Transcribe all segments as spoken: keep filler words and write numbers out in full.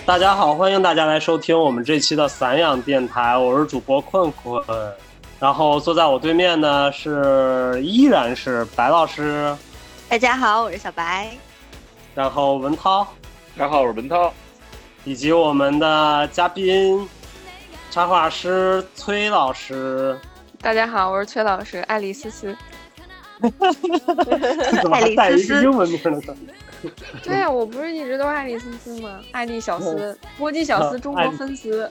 大家好，欢迎大家来收听我们这期的散养电台，我是主播困困，然后坐在我对面呢是依然是白老师。 大家好，我是小白。 然后文涛。 大家好，我是文涛。 以及我们的嘉宾插画师崔老师。 大家好，我是崔老师，爱丽丝丝。 怎么还带一个英文名呢？ 对呀、啊，我不是一直都爱丽丝丝吗？爱丽小丝，波基小丝，中国分丝。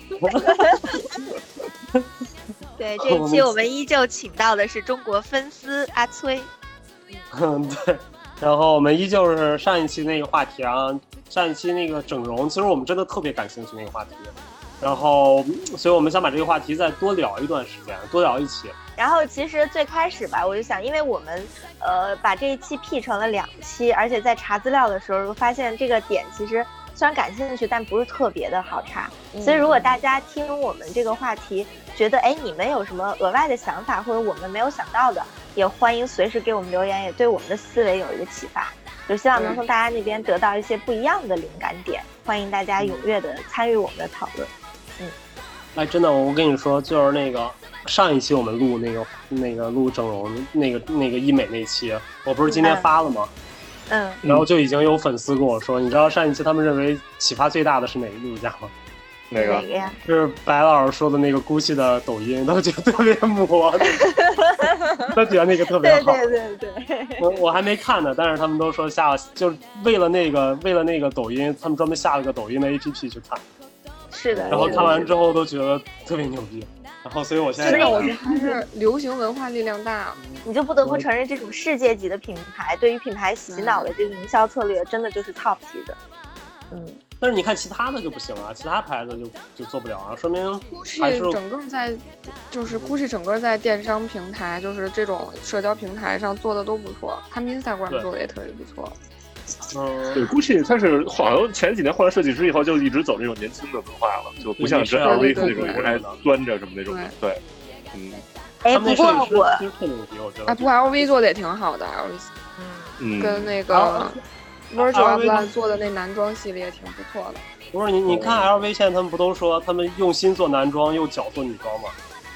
对，这一期我们依旧请到的是中国分丝阿崔。 嗯，对。然后我们依旧是上一期那个话题啊，上一期那个整容，其实我们真的特别感兴趣那个话题。然后，所以我们想把这个话题再多聊一段时间，多聊一期。 然后其实最开始吧，我就想，因为我们呃把这一期 P 成了两期，而且在查资料的时候发现这个点其实虽然感兴趣，但不是特别的好查。嗯、所以如果大家听我们这个话题，觉得哎你们有什么额外的想法，或者我们没有想到的，也欢迎随时给我们留言，也对我们的思维有一个启发。就希望能从大家那边得到一些不一样的灵感点，欢迎大家踊跃的参与我们的讨论。嗯， 哎，真的，我跟你说，就是那个上一期我们录那个那个录整容那个那个医美那期，我不是今天发了吗？ 嗯， 然后就已经有粉丝跟我说，你知道上一期他们认为启发最大的是哪个艺术家吗？ 哪个？ 是白老师说的那个 Gucci 的抖音，他觉得特别魔，他觉得那个特别好。 对对对对。 我我还没看呢，但是他们都说下，就是为了那个为了那个抖音，他们专门下了个抖音的 A P P 去看。 是的。 然后看完之后都觉得特别牛逼。然后所以我现在是的，我觉得还是流行文化力量大。 你就不得不承认，这种世界级的品牌对于品牌洗脑的这个营销策略，真的就是 top 级的。嗯。 但是你看其他的就不行了，其他牌子就就做不了啊，说明还是 Gucci 整个在就是 Gucci 整个在电商平台，就是这种社交平台上做的都不错，他们 Instagram 做的也特别不错。 嗯， 对 ，Gucci 它是好像前几年换了设计师以后，就一直走这种年轻的文化了，就不像是 L V 那种一直还端着什么那种。对，嗯。 哎，不过我哎，不过 L V 做的也挺好的 ，L V， 嗯，跟那个。Virgil Abloh 做的那男装系列挺不错的。 不是你，你看 L V 现在他们不都说他们用心做男装，又脚做女装吗？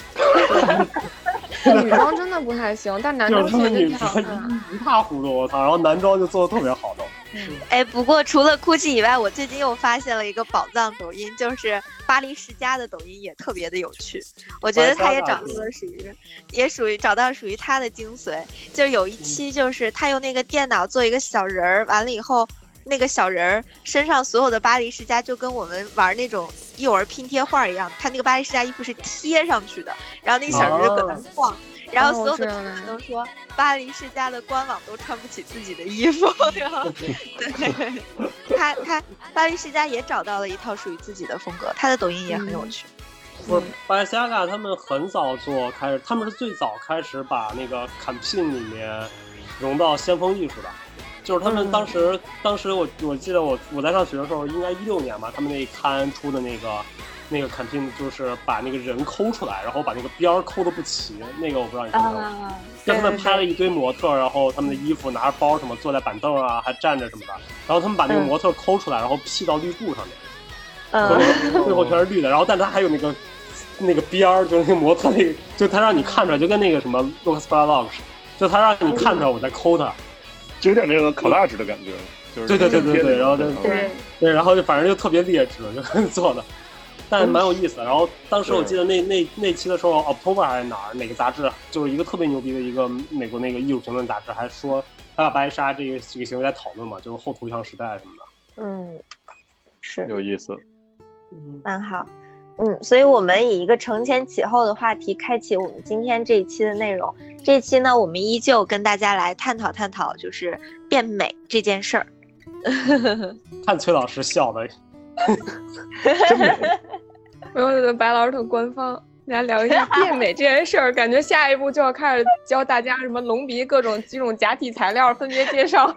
女装真的不太行，但男装做的挺好看， 一塌糊涂，我操！然后男装就做的特别好的。 哎，不过除了 Gucci 以外，我最近又发现了一个宝藏抖音，就是巴黎世家的抖音也特别的有趣。我觉得他也找到了属于，也属于找到属于他的精髓。就是有一期，就是他用那个电脑做一个小人儿，完了以后，那个小人儿身上所有的巴黎世家就跟我们玩那种幼儿拼贴画一样，他那个巴黎世家衣服是贴上去的，然后那个小人就搁那晃。哦，然后所有的评论都说巴黎世家的官网都穿不起自己的衣服，然后对，他他巴黎世家也找到了一套属于自己的风格，他的抖音也很有趣。 不是，巴黎世家他们很早做开始，他们是最早开始把那个坎聘里面融到先锋艺术的，就是他们当时、嗯、当时我我记得我我在上学的时候，应该一六年吧，他们那一刊出的那个。那个肯定就是把那个人抠出来，然后把那个边儿抠的不齐，那个我不知道你知道吗？就他们拍了一堆模特，然后他们的衣服拿着包什么坐在板凳啊，还站着什么的，然后他们把那个模特抠出来，然后 P 到绿布上面，嗯，最后全是绿的，然后但是他还有那个那个边儿，就是那个模特那个，就他让你看出来，就跟那个什么 Lucas Vlog， 就他让你看出来我在抠他， 就有点那个collage的感觉，就是对对对对对，然后就对对，然后就反正就特别劣质，就做的。但蛮有意思的。然后当时我记得那那那期的时候 ，October 还是哪儿哪个杂志，就是一个特别牛逼的一个美国那个艺术评论杂志，还说他把白纱这个这个行为在讨论嘛，就是后图像时代什么的。 嗯，是有意思， 蛮好。嗯，所以我们以一个承前启后的话题开启我们今天这一期的内容。这一期呢，我们依旧跟大家来探讨探讨，就是变美这件事儿。 看崔老师笑的。 真美。 我觉得白老师特官方，大家聊一下变美这件事儿，感觉下一步就要开始教大家什么隆鼻各种几种假体材料分别介绍。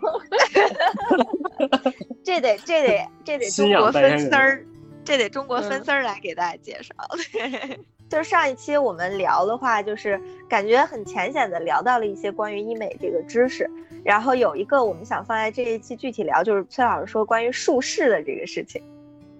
这得这得这得中国分丝儿，这得中国分丝儿来给大家介绍。嗯、就是上一期我们聊的话，就是感觉很浅显的聊到了一些关于医美这个知识，然后有一个我们想放在这一期具体聊，就是崔老师说关于术式的这个事情。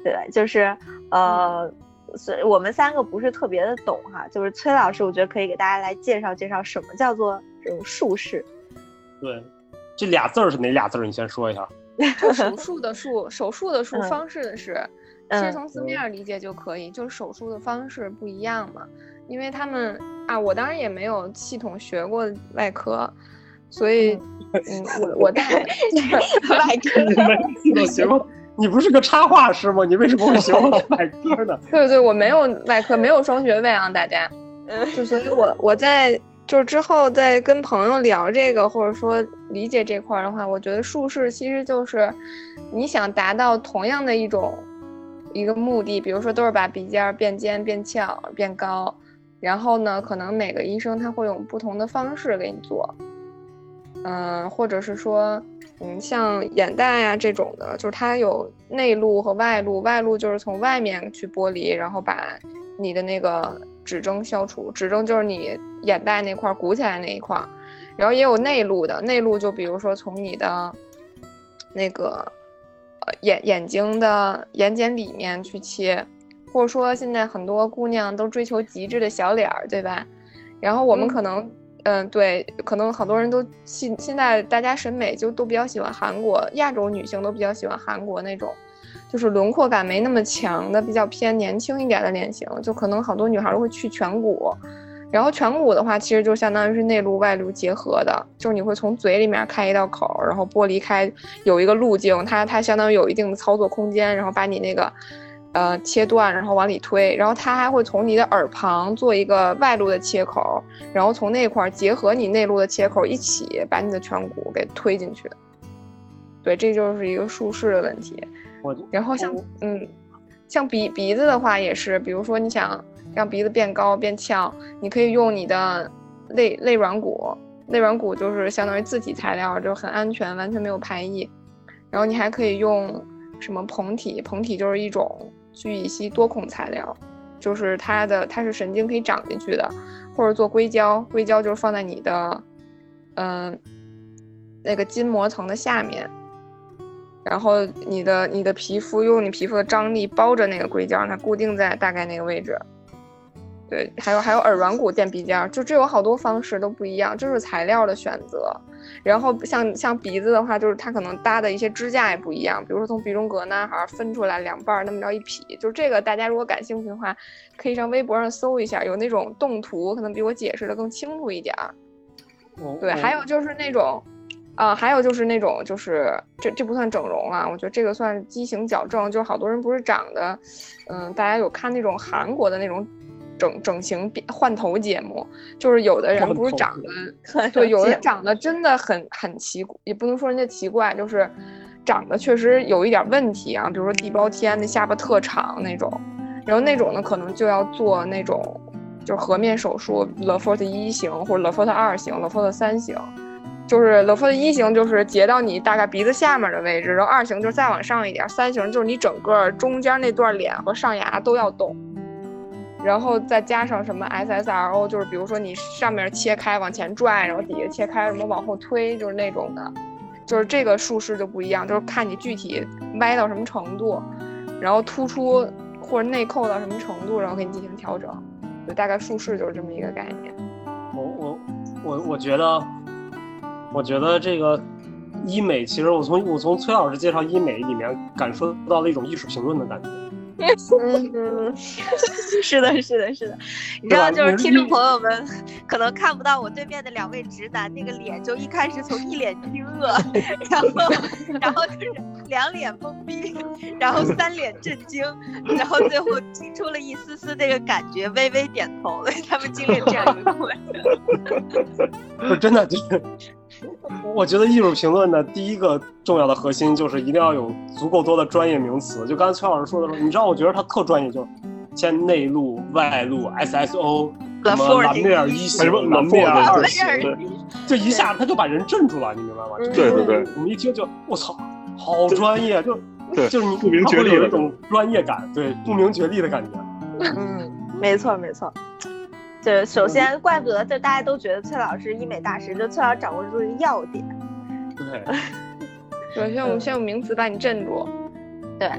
对，就是呃，所以我们三个不是特别的懂哈，就是崔老师，我觉得可以给大家来介绍介绍什么叫做这种术式。 对，这俩字儿是哪俩字儿？你先说一下。 就手术的术，手术的术， 嗯、 方式的是，其实从字面理解就可以，嗯、就是手术的方式不一样嘛。因为他们啊，我当然也没有系统学过外科，所以，嗯，我我在外科你没系统学过，你不是个插画师吗？你为什么会学过外科呢？ 对对，我没有外科，没有双学位啊，大家。嗯，就所以我我在就是之后再跟朋友聊这个，或者说理解这块的话，我觉得术式其实就是你想达到同样的一种一个目的，比如说都是把鼻尖变尖、变翘、变高。然后呢，可能每个医生他会用不同的方式给你做，嗯、呃，或者是说，嗯，像眼袋呀、啊、这种的，就是它有内路和外路，外路就是从外面去剥离，然后把你的那个指征消除，指征就是你眼袋那块鼓起来那一块，然后也有内路的，内路就比如说从你的那个呃眼眼睛的眼睑里面去切。或者说现在很多姑娘都追求极致的小脸儿，对吧？然后我们可能，嗯、呃，对，可能很多人都现现在大家审美就都比较喜欢韩国，亚洲女性都比较喜欢韩国那种，就是轮廓感没那么强的，比较偏年轻一点的脸型，就可能好多女孩都会去颧骨。然后颧骨的话，其实就相当于是内路外路结合的，就是你会从嘴里面开一道口，然后剥离开有一个路径，它它相当于有一定的操作空间，然后把你那个。呃，切断，然后往里推，然后它还会从你的耳旁做一个外路的切口，然后从那块结合你内路的切口一起把你的颧骨给推进去。对，这就是一个术式的问题。然后像嗯，像鼻鼻子的话也是，比如说你想让鼻子变高变翘，你可以用你的肋肋软骨，肋软骨就是相当于自体材料，就很安全，完全没有排异。然后你还可以用什么膨体，膨体就是一种。聚乙烯多孔材料，就是它的它是神经可以长进去的，或者做硅胶，硅胶就是放在你的，嗯、呃，那个筋膜层的下面，然后你的你的皮肤用你皮肤的张力包着那个硅胶，让它固定在大概那个位置。对，还有还有耳软骨垫鼻尖，就这有好多方式都不一样，就是材料的选择。然后像像鼻子的话，就是它可能搭的一些支架也不一样，比如说从鼻中隔那儿分出来两半那么着一劈，就是这个大家如果感兴趣的话，可以上微博上搜一下，有那种动图，可能比我解释的更清楚一点。对，还有就是那种，啊、呃，还有就是那种就是这这不算整容啊，我觉得这个算畸形矫正，就是好多人不是长的，嗯、呃，大家有看那种韩国的那种。整整形换头节目，就是有的人不是长得，对，有的长得真的很很奇怪，也不能说人家奇怪，就是长得确实有一点问题啊，比如说地包天那下巴特长那种，然后那种呢可能就要做那种就是颌面手术 Le Fort 一型或者 Le Fort 二型 Le Fort 三型，就是 Le Fort 一型就是截到你大概鼻子下面的位置，然后二型就是再往上一点，三型就是你整个中间那段脸和上牙都要动。然后再加上什么 S S R O， 就是比如说你上面切开往前拽，然后底下切开什么往后推，就是那种的，就是这个术式就不一样，就是看你具体歪到什么程度，然后突出或者内扣到什么程度，然后给你进行调整，就大概术式就是这么一个概念。 我我我我觉得，我觉得这个医美，其实我从我从崔老师介绍医美里面感受到了一种艺术评论的感觉。 嗯，是的，是的，是的。你知道，就是听众朋友们可能看不到我对面的两位直男，那个脸就一开始从一脸惊愕，然后，然后就是两脸懵逼，然后三脸震惊，然后最后挤出了一丝丝那个感觉，微微点头。他们经历这样一个过程。 不是真的，就是我觉得艺术评论的第一个重要的核心就是一定要有足够多的专业名词。就刚才崔老师说的时候，你知道，我觉得他特专业，就是先内路、外路、S S O， 什么蓝面一型、什么蓝面二型，就一下他就把人镇住了，你明白吗？ 对对对， 我们一听就我操，好专业，就对， 就是你不明觉厉的一种专业感，对，不明觉厉的感觉。 嗯，没错没错。就首先，怪不得就大家都觉得崔老师医美大师，就崔老师掌握住了要点。 对， 对，先用先用名词把你镇住。 对，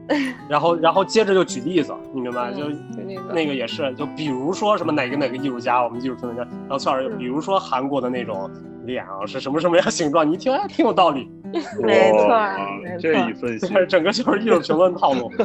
然后然后接着就举例子，你明白？就那个也是，就比如说什么哪个哪个艺术家，我们艺术评论家，然后算是比如说韩国的那种脸啊是什么什么样形状，你一听哎挺有道理。 没错， 没错，这一分析， 整个就是艺术评论套路。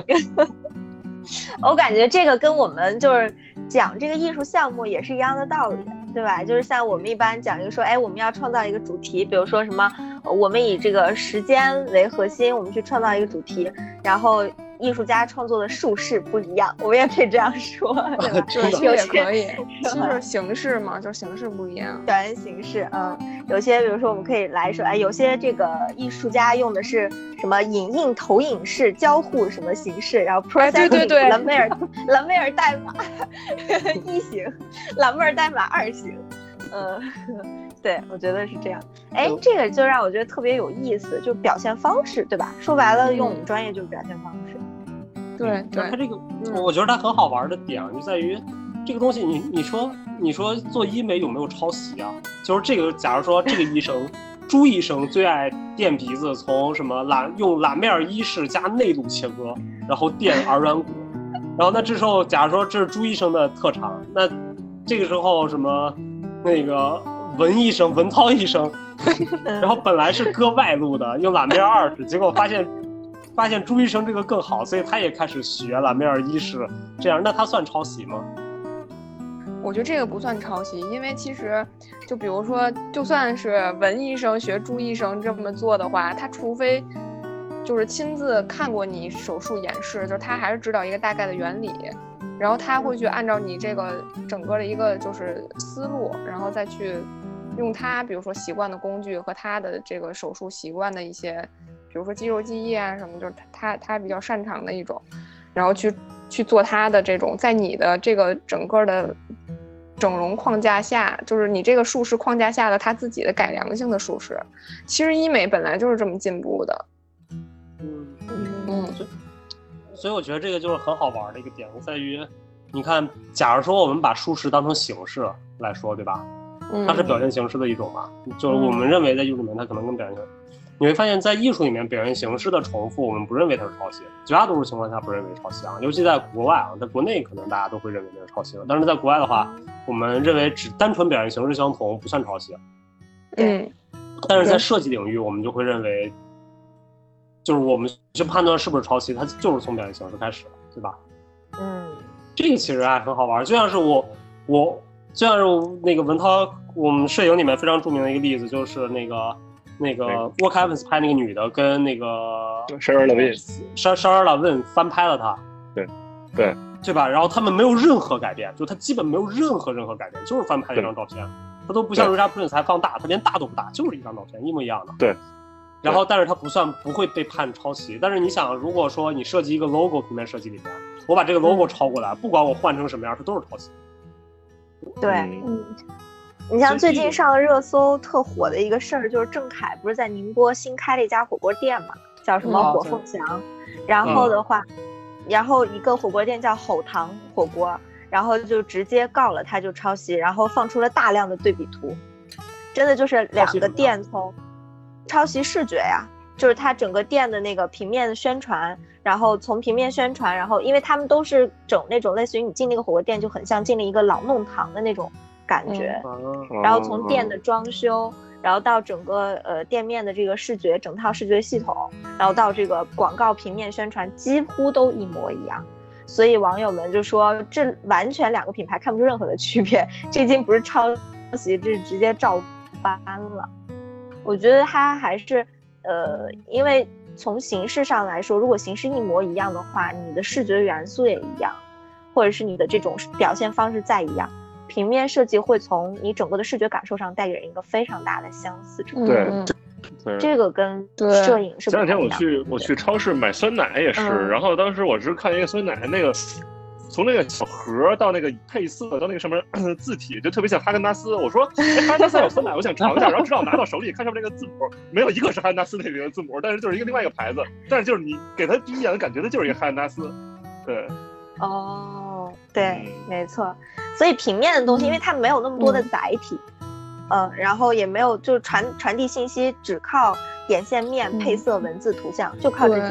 我感觉这个跟我们就是讲这个艺术项目也是一样的道理，对吧？就是像我们一般讲一个说，哎，我们要创造一个主题，比如说什么，我们以这个时间为核心，我们去创造一个主题，然后艺术家创作的术式不一样，我们也可以这样说，对吧？ 对，也可以，就是形式嘛，就是形式不一样， 表现形式，嗯，有些比如说我们可以来说，哎，有些这个艺术家用的是什么影印投影式交互什么形式，然后 processing 对对对， 兰梅尔兰梅尔代码一型，兰梅尔代码二型，嗯。对，我觉得是这样。哎，这个就让我觉得特别有意思，就表现方式，对吧？说白了，用我们专业就是表现方式。 对对， 它这个，我觉得它很好玩的点就在于，这个东西你你说你说做医美有没有抄袭啊？就是这个，假如说这个医生朱医生最爱垫鼻子，从什么蓝用蓝面伊式加内陆切割，然后垫耳软骨，然后那这时候假如说这是朱医生的特长，那这个时候什么那个。文医生文涛医生然后本来是割外露的用蓝面二十，结果发现发现朱医生这个更好，所以他也开始学蓝面一式，这样那他算抄袭吗？ 我觉得这个不算抄袭，因为其实就比如说就算是文医生学朱医生这么做的话，他除非就是亲自看过你手术演示，就是他还是知道一个大概的原理，然后他会去按照你这个整个的一个就是思路，然后再去用他比如说习惯的工具和他的这个手术习惯的一些比如说肌肉记忆啊什么，就是他他比较擅长的一种，然后去去做他的这种在你的这个整个的整容框架下，就是你这个术式框架下的他自己的改良性的术式。其实医美本来就是这么进步的。 嗯嗯，所以我觉得这个就是很好玩的一个点在于，你看假如说我们把术式当成形式来说，对吧？它是表现形式的一种嘛，嗯、就是我们认为在艺术里面它可能更表现形式。你会发现在艺术里面表现形式的重复，我们不认为它是抄袭，绝大多数情况下不认为抄袭啊，尤其在国外啊，在国内可能大家都会认为那是抄袭的，但是在国外的话，我们认为只单纯表现形式相同不算抄袭。 嗯， 但是在设计领域，我们就会认为，就是我们去判断是不是抄袭，它就是从表现形式开始的，对吧？ 嗯， 这个其实还很好玩，就像是我我。就像是那个文涛，我们摄影里面非常著名的一个例子，就是那个那个 Walk Evans 拍那个女的跟那个 Shara Lavin Shara Lavin 翻拍了她， 对对对吧？然后他们没有任何改变，就他基本没有任何任何改变，就是翻拍了一张照片，他都不像 Richard Prince 还放大，他连大都不大，就是一张照片，一模一样的。 对。 然后，但是它不算不会被判抄袭。但是你想，如果说你设计一个 logo 平面设计里面，我把这个 logo 抄过来，不管我换成什么样，它都是抄袭。 对，嗯，你像最近上了热搜特火的一个事儿，就是郑恺不是在宁波新开了一家火锅店嘛，叫什么火凤祥，嗯、然后的话，嗯、然后一个火锅店叫吼堂火锅，然后就直接告了他，就抄袭，然后放出了大量的对比图，真的就是两个店从抄袭视觉呀，就是他整个店的那个平面的宣传。然后从平面宣传，然后因为他们都是整那种类似于你进那个火锅店就很像进了一个老弄堂的那种感觉，嗯、然后从店的装修，然后到整个呃店面的这个视觉整套视觉系统，然后到这个广告平面宣传几乎都一模一样，所以网友们就说这完全两个品牌看不出任何的区别，这已经不是抄袭，这是直接照搬了。我觉得它还是呃因为。从形式上来说，如果形式一模一样的话，你的视觉元素也一样，或者是你的这种表现方式再一样，平面设计会从你整个的视觉感受上带给人一个非常大的相似程度。 对， 对这个跟摄影是不一样的。 前两天我去我去超市买酸奶也是，嗯、然后当时我是看一个酸奶那个。从那个小盒到那个配色到那个上面字体就特别像哈根达斯，我说哎哈根达斯有酸奶我想尝一下，然后直到我拿到手里看上面那个字母没有一个是哈根达斯那里的字母，但是就是一个另外一个牌子，但是就是你给他第一眼的感觉它就是一个哈根达斯。对， 哦对没错，所以平面的东西因为它没有那么多的载体，嗯、呃，然后也没有就是传传递信息只靠点线面配色文字图像，就靠这几点。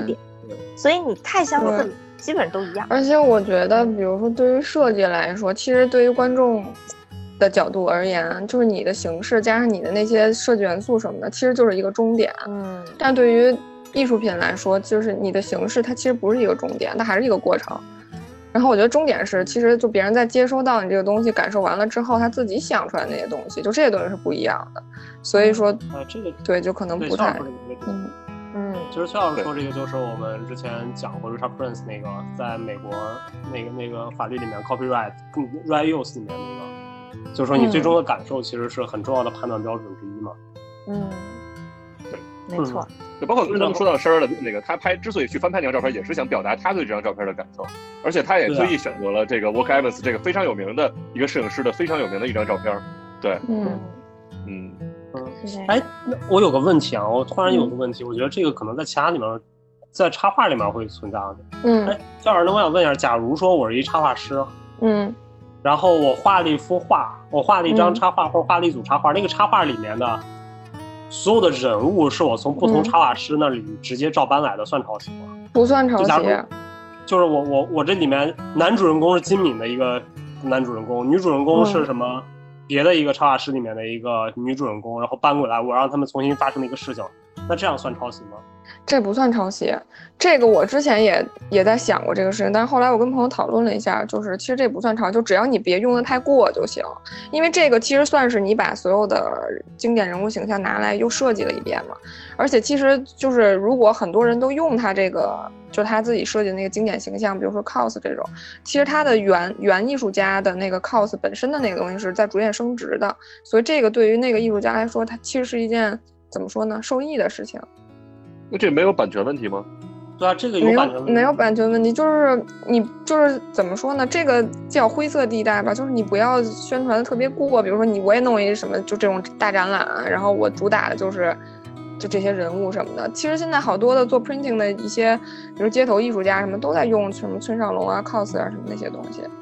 所以你太相似，基本都一样。 而且我觉得，比如说对于设计来说，其实对于观众的角度而言，就是你的形式加上你的那些设计元素什么的，其实就是一个终点。嗯，但对于艺术品来说，就是你的形式它其实不是一个终点，它还是一个过程。然后我觉得终点是，其实就别人在接收到你这个东西感受完了之后，他自己想出来那些东西，就这些东西是不一样的。所以说， 啊，这个对，就可能不太， 嗯嗯，其实崔老师说这个就是我们之前讲过 Richard Prince 那个在美国那个那个法律里面 copyright right use 里面那个，就是说你最终的感受其实是很重要的判断标准之一嘛。 嗯，对，没错。 就包括刚才说到声儿的那个，他拍之所以去翻拍那张照片，也是想表达他对这张照片的感受，而且他也特意选择了这个 Walker Evans 这个非常有名的一个摄影师的非常有名的一张照片。对， 嗯嗯嗯。哎，我有个问题啊，我突然有个问题，嗯、我觉得这个可能在其他里面，在插画里面会存在的。 嗯。 哎，肖老师，我想问一下，假如说我是一插画师， 嗯， 然后我画了一幅画，我画了一张插画、嗯、或者画了一组插画，那个插画里面的所有的人物是我从不同插画师那里直接照搬来的，嗯、算抄袭吗？ 不算抄袭。 就是我我我这里面男主人公是金敏的一个男主人公，女主人公是什么？嗯、别的一个插画师里面的一个女主人公，然后搬过来，我让他们重新发生了一个事情，那这样算抄袭吗？ 这不算抄袭，这个我之前也也在想过这个事情，但是后来我跟朋友讨论了一下，就是其实这不算抄袭，就只要你别用的太过就行，因为这个其实算是你把所有的经典人物形象拿来又设计了一遍嘛，而且其实就是如果很多人都用他这个，就他自己设计的那个经典形象，比如说 cos 这种，其实他的原原艺术家的那个 cos 本身的那个东西是在逐渐升值的，所以这个对于那个艺术家来说，它其实是一件怎么说呢，受益的事情。 那这没有版权问题吗？ 对啊，这个有版权问题。 没有，没有版权问题，就是你就是怎么说呢？这个叫灰色地带吧，就是你不要宣传的特别过，比如说你我也弄一什么就这种大展览，然后我主打的就是就这些人物什么的。其实现在好多的做 printing 的一些，比如街头艺术家什么都在用什么村上隆啊、cos 啊什么那些东西。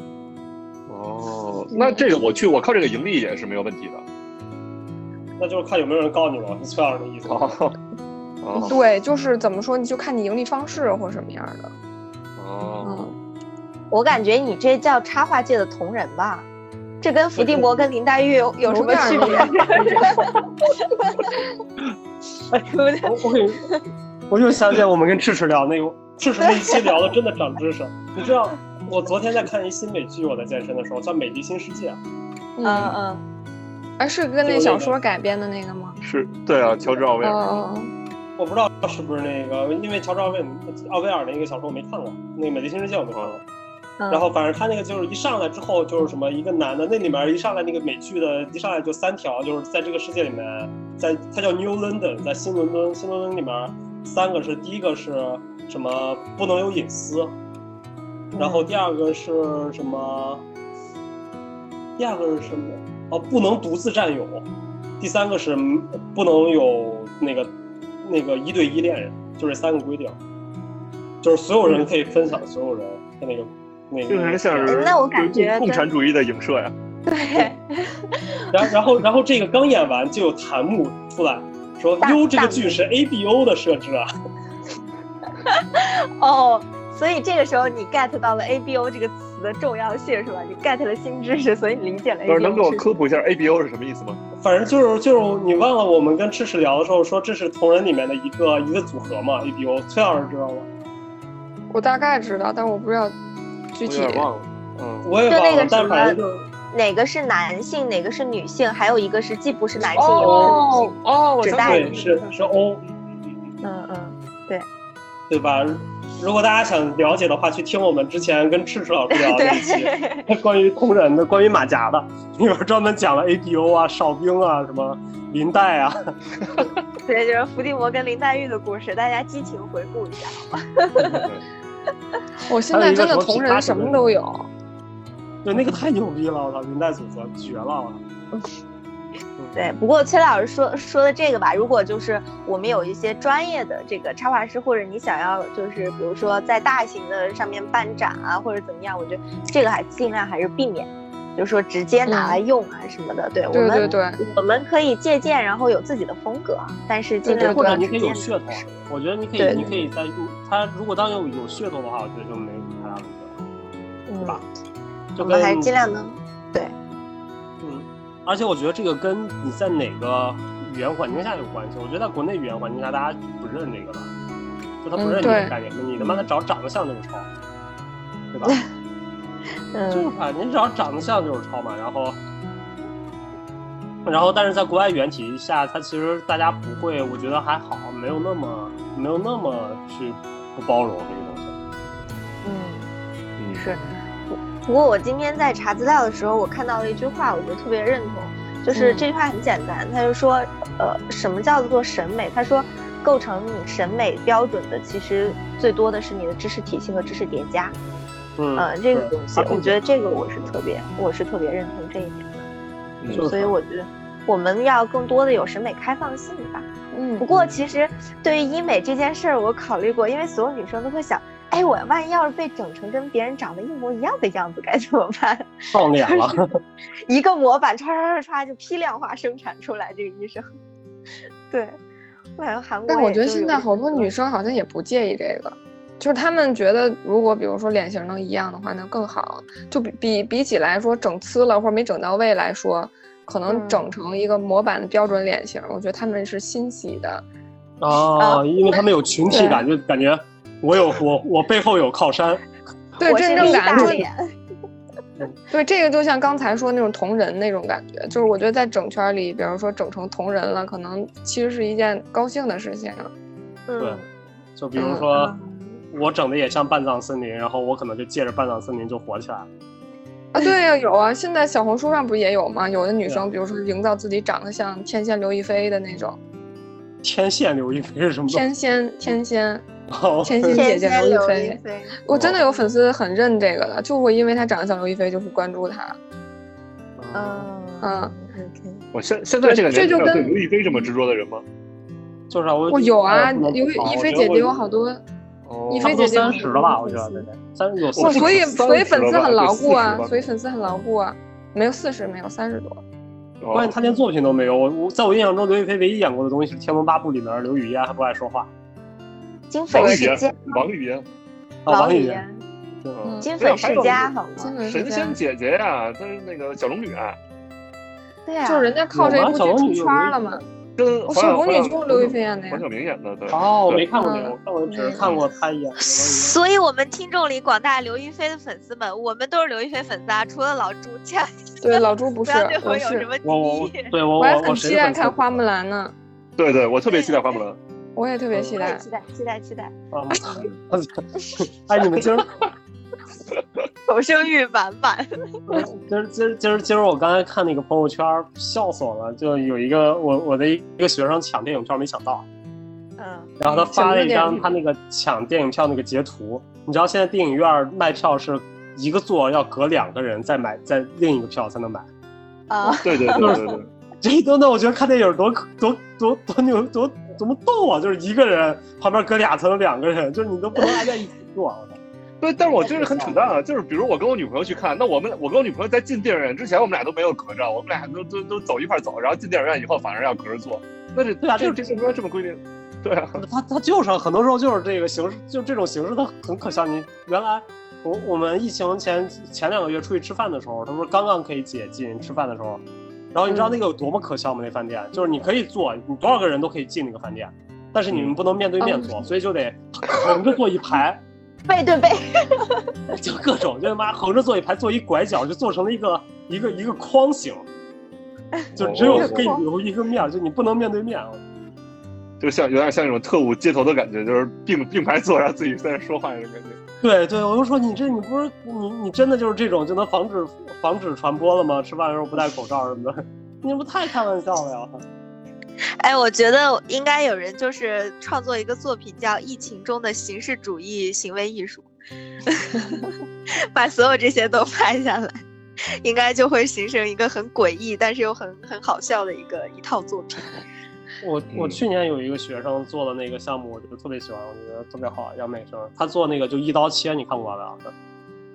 哦，那这个我去，我靠这个盈利也是没有问题的。 那就是看有没有人告你了，是这样的意思。 哦哦、对，就是怎么说，你就看你盈利方式或什么样的。 哦、 嗯，我感觉你这叫插画界的同人吧？这跟伏地魔跟林黛玉有有什么区别？ 哎，我我给，我就想起我们跟赤赤聊那个赤赤那一期聊的真的长知识。你知道，我昨天在看一新美剧，我在健身的时候叫《美丽新世界》。 嗯嗯， 哎，是跟那小说改编的那个吗？ 是，对啊，乔治奥威尔。 哦、嗯。 我不知道是不是那个，因为乔治奥威尔奥威尔那个小说我没看过，那个《美丽新世界》我没看过。嗯、然后反正他那个就是一上来之后就是什么一个男的，那里面一上来那个美剧的一上来就三条，就是在这个世界里面，在它叫 New London， 在新伦敦，新伦敦里面三个是，第一个是什么不能有隐私，然后第二个是什么，第二个是什么哦不能独自占有，第三个是不能有那个。那个一对一恋人，就这三个规定，就是所有人可以分享所有人的那个那个。 听起来像是那我感觉共产主义的影射呀。 对。 然然后然后这个刚演完就有弹幕出来说，哟，这个剧是 A B O 的设置啊。 哦，所以这个时候你 get 到了 A B O 这个词的重要性是吧？你 get 了新知识，所以你理解了 A B O。 能给我科普一下 A B O 是什么意思吗？ 反正就是就是你忘了我们跟赤赤聊的时候说这是同人里面的一个一个组合嘛 A B O， 崔老师知道吗？ 我大概知道，但我不知道具体。 我有点忘了，嗯， 我也忘了，但反正就是哪个是男性，哪个是女性，还有一个是既不是男性也不是女性。 哦，我知道， 对，是是 O。 嗯嗯，对， 对吧？如果大家想了解的话，去听我们之前跟赤赤老师聊的一期关于同人的、关于马甲的，里边专门讲了 A B O 啊、哨兵啊、什么林黛啊。 对，就是伏地魔跟林黛玉的故事，大家激情回顾一下，好吧？ 我现在真的同人什么都有。 对，那个太牛逼了，我操！林黛组合绝了。 对，不过崔老师说说的这个吧，如果就是我们有一些专业的这个插画师，或者你想要就是比如说在大型的上面办展啊，或者怎么样，我觉得这个还尽量还是避免就是说直接拿来用啊什么的。嗯、对， 对我们对对， 我们可以借鉴，然后有自己的风格，但是尽量或者你可以有有噱头。我觉得你可以， 对你可以在它如果当有有噱头的话，我觉得就没什么太大问题了， 嗯、 对吧？ 我们还是尽量能对。 嗯，而且我觉得这个跟你在哪个语言环境下有关系。我觉得在国内语言环境下，大家不认这个的，就他不认这个概念，嗯、你他妈的找长得像就是抄，对吧？ 嗯， 就是啊，你只要长得像就是抄嘛。然后，然后，但是在国外语言体系下，它其实大家不会，我觉得还好，没有那么没有那么去不包容这个东西。 嗯，嗯是。不过我今天在查资料的时候，我看到了一句话，我觉得特别认同，就是这句话很简单，他就说，呃，什么叫做审美？他说，构成你审美标准的，其实最多的是你的知识体系和知识叠加。 嗯， 呃，这个东西，我觉得这个我是特别，我是特别认同这一点的。嗯，所以我觉得我们要更多的有审美开放性吧。嗯，不过其实对于医美这件事儿，我考虑过，因为所有女生都会想。哎，我万一要是被整成跟别人长得一模一样的样子，该怎么办？ 撞脸了， 一个模板唰唰唰唰就批量化生产出来。这个医生，对，我感觉韩国。 但我觉得现在好多女生好像也不介意这个，就是她们觉得如果比如说脸型能一样的话，那更好。就比比比起来说整呲了或者没整到位来说，可能整成一个模板的标准脸型，嗯、我觉得他们是欣喜的。 哦，因为他们有群体感，就感觉。我有我我背后有靠山， 对真正感对这个就像刚才说那种同人那种感觉，就是我觉得在整圈里，比如说整成同人了，可能其实是一件高兴的事情。 对，就比如说、嗯、我整的也像半藏森林，然后我可能就借着半藏森林就火起来了。 啊，对呀、啊，有啊，现在小红书上不也有吗？有的女生，比如说营造自己长得像天仙刘亦菲的那种。 天仙刘亦菲是什么？ 天仙，天仙。 哦， 天仙姐姐刘亦菲，我真的有粉丝很认这个的，就会因为她长得像刘亦菲，就会关注她。 嗯嗯， 我现现在这个年纪对刘亦菲这么执着的人吗？ 就是啊，我我有啊，刘亦菲姐姐有好多，亦菲姐姐三十了吧？我觉得三十有四十， 所以所以粉丝很牢固啊，所以粉丝很牢固啊，没有四十，没有三十多。 关键她连作品都没有，我我在我印象中，刘亦菲唯一演过的东西是《天龙八部》里面刘雨嫣还不爱说话。 金粉世家， 王语嫣， 王语嫣， 金粉世家好吗？ 神仙姐姐呀，她是那个小龙女。 对啊， 就是人家靠这一部剧出圈了嘛。 跟小龙女就是刘亦菲演的呀。 黄晓明演的，对。 哦，我没看过这个，我只是看过她演。 所以我们听众里广大刘亦菲的粉丝们，我们都是刘亦菲粉丝啊，除了老朱，这样。 对，老朱不是， 我是。 我我对我我还很期待看花木兰呢。 对对，我特别期待花木兰。 我也特别期待， 期待，期待，期待。 啊！哎，你们今儿求生欲满满。 今儿今儿今儿今儿我刚才看那个朋友圈，笑死我了。就有一个我我的一个学生抢电影票没抢到， 嗯， 然后他发了一张他那个抢电影票那个截图。你知道现在电影院卖票是一个座要隔两个人再买，再另一个票才能买。 啊， 对对对对对。 这都那我觉得看电影多多多多牛多多么逗啊！就是一个人旁边隔俩层两个人，就是你都不能挨在一起坐。 对，但是我就是很扯淡啊！就是比如我跟我女朋友去看，那我们我跟我女朋友在进电影院之前，我们俩都没有隔着，我们俩都都都走一块走，然后进电影院以后反而要隔着坐。那这对啊， 这这为什么这么规定？对啊， 他他就是很多时候就是这个形式，就这种形式，它很可笑。你原来我我们疫情前前两个月出去吃饭的时候，他说刚刚可以解禁吃饭的时候。然后你知道那个有多么可笑吗？那饭店就是你可以坐，你多少个人都可以进那个饭店，但是你们不能面对面坐，嗯、所以就得横着坐一排， 背对背， 就各种就他妈横着坐一排，坐一拐角，就做成了一个一个一个框形，就只有可以留一个面，就你不能面对面。 就像有点像那种特务街头的感觉，就是并并排坐，然后自己在那说话那种感觉。 对对，我就说你这你不是你你真的就是这种就能防止防止传播了吗？吃饭的时候不戴口罩什么的，你不太开玩笑了呀！ 哎，我觉得应该有人就是创作一个作品叫《疫情中的形式主义行为艺术》，把所有这些都拍下来，应该就会形成一个很诡异但是又很很好笑的一个一套作品。 我我去年有一个学生做的那个项目，我就特别喜欢，我觉得特别好，杨美生，他做那个就一刀切，你看过吧？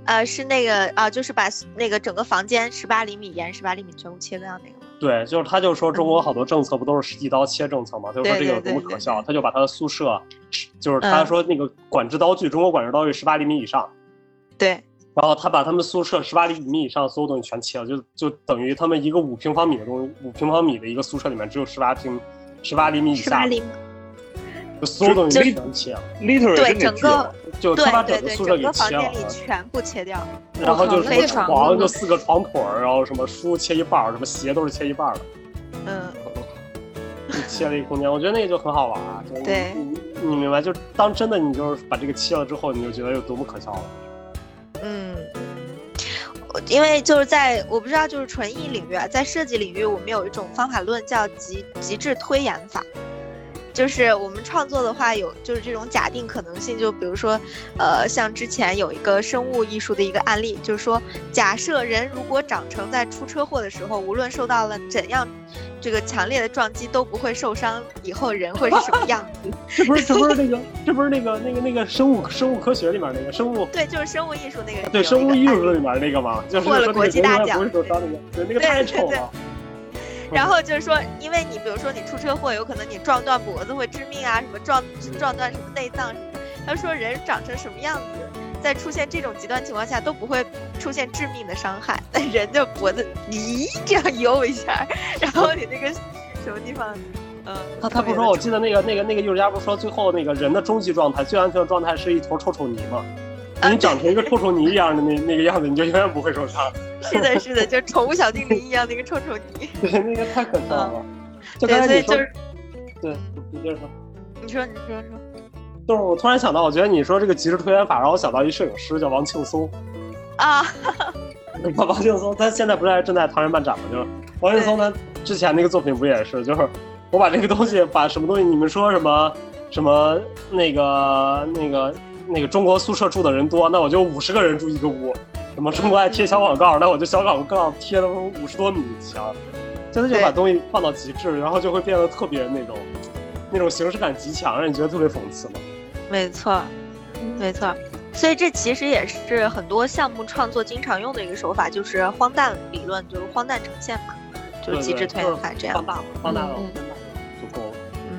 呃，是那个啊、呃，就是把那个整个房间十八厘米沿十八厘米全部切掉那个吗？ 对，就是他就说中国好多政策不都是一刀切政策嘛？他就说这个有多么可笑，他就把他的宿舍，就是他说那个管制刀具，嗯、中国管制刀具十八厘米以上， 对， 然后他把他们宿舍十八厘米以上所有东西全切了，就就等于他们一个五平方米的东西，五平方米的一个宿舍里面只有十八平十八厘米以下， 十八厘米。 就所有东西全切了 ，literally 对整个， 就他把整个宿舍给切了， 整个房间里全部切掉， 然后就什么床就四个床腿儿，然后什么书切一半，什么鞋都是切一半的， 嗯， 就切了一个空间，我觉得那个就很好玩啊，就对， 你你明白，就当真的你就是把这个切了之后，你就觉得有多么可笑了， 嗯。因为就是在我不知道，就是纯艺领域啊，在设计领域，我们有一种方法论叫极极致推演法。就是我们创作的话有就是这种假定可能性，就比如说呃像之前有一个生物艺术的一个案例，就是说假设人如果长成在出车祸的时候无论受到了怎样这个强烈的撞击都不会受伤，以后人会是什么样子？ 这不是这不是那个这不是那个那个那个生物生物科学里面那个生物， 对，就是生物艺术那个， 对，生物艺术里面那个嘛，就是获了国际大奖， 不会受伤那个，对，那个太丑了。 对对对，然后就是说，因为你比如说你出车祸，有可能你撞断脖子会致命啊，什么撞撞断什么内脏什么的。他说人长成什么样子，在出现这种极端情况下都不会出现致命的伤害，但人的脖子咦这样悠一下，然后你那个什么地方，嗯， 他他不说，我记得那个那个那个艺术家不是说最后那个人的终极状态最安全的状态是一坨臭臭泥吗？你长成一个臭臭泥一样的那那个样子，你就永远不会受伤。 是的，是的，就宠物小精灵一样那个臭臭泥。 对，那个太可笑了。 嗯、 就刚才你说， 对， 对，你接着说。 你说，你说说。 就是我突然想到，我觉得你说这个极致推演法，让我想到一摄影师叫王庆松。 啊。 王庆松，他现在不是还正在唐人漫展吗？就是王庆松他之前那个作品不也是，就是我把这个东西，把什么东西，你们说什么什么那个那个。那个中国宿舍住的人多，那我就五十个人住一个屋。什么中国爱贴小广告，那我就小广告贴了五十多米墙。真的就把东西放到极致，然后就会变得特别那种那种形式感极强，让你觉得特别讽刺嘛。 没错，没错。所以这其实也是很多项目创作经常用的一个手法，就是荒诞理论，就是荒诞呈现嘛，就是极致推演法这样。 放大了，放大了，就够了。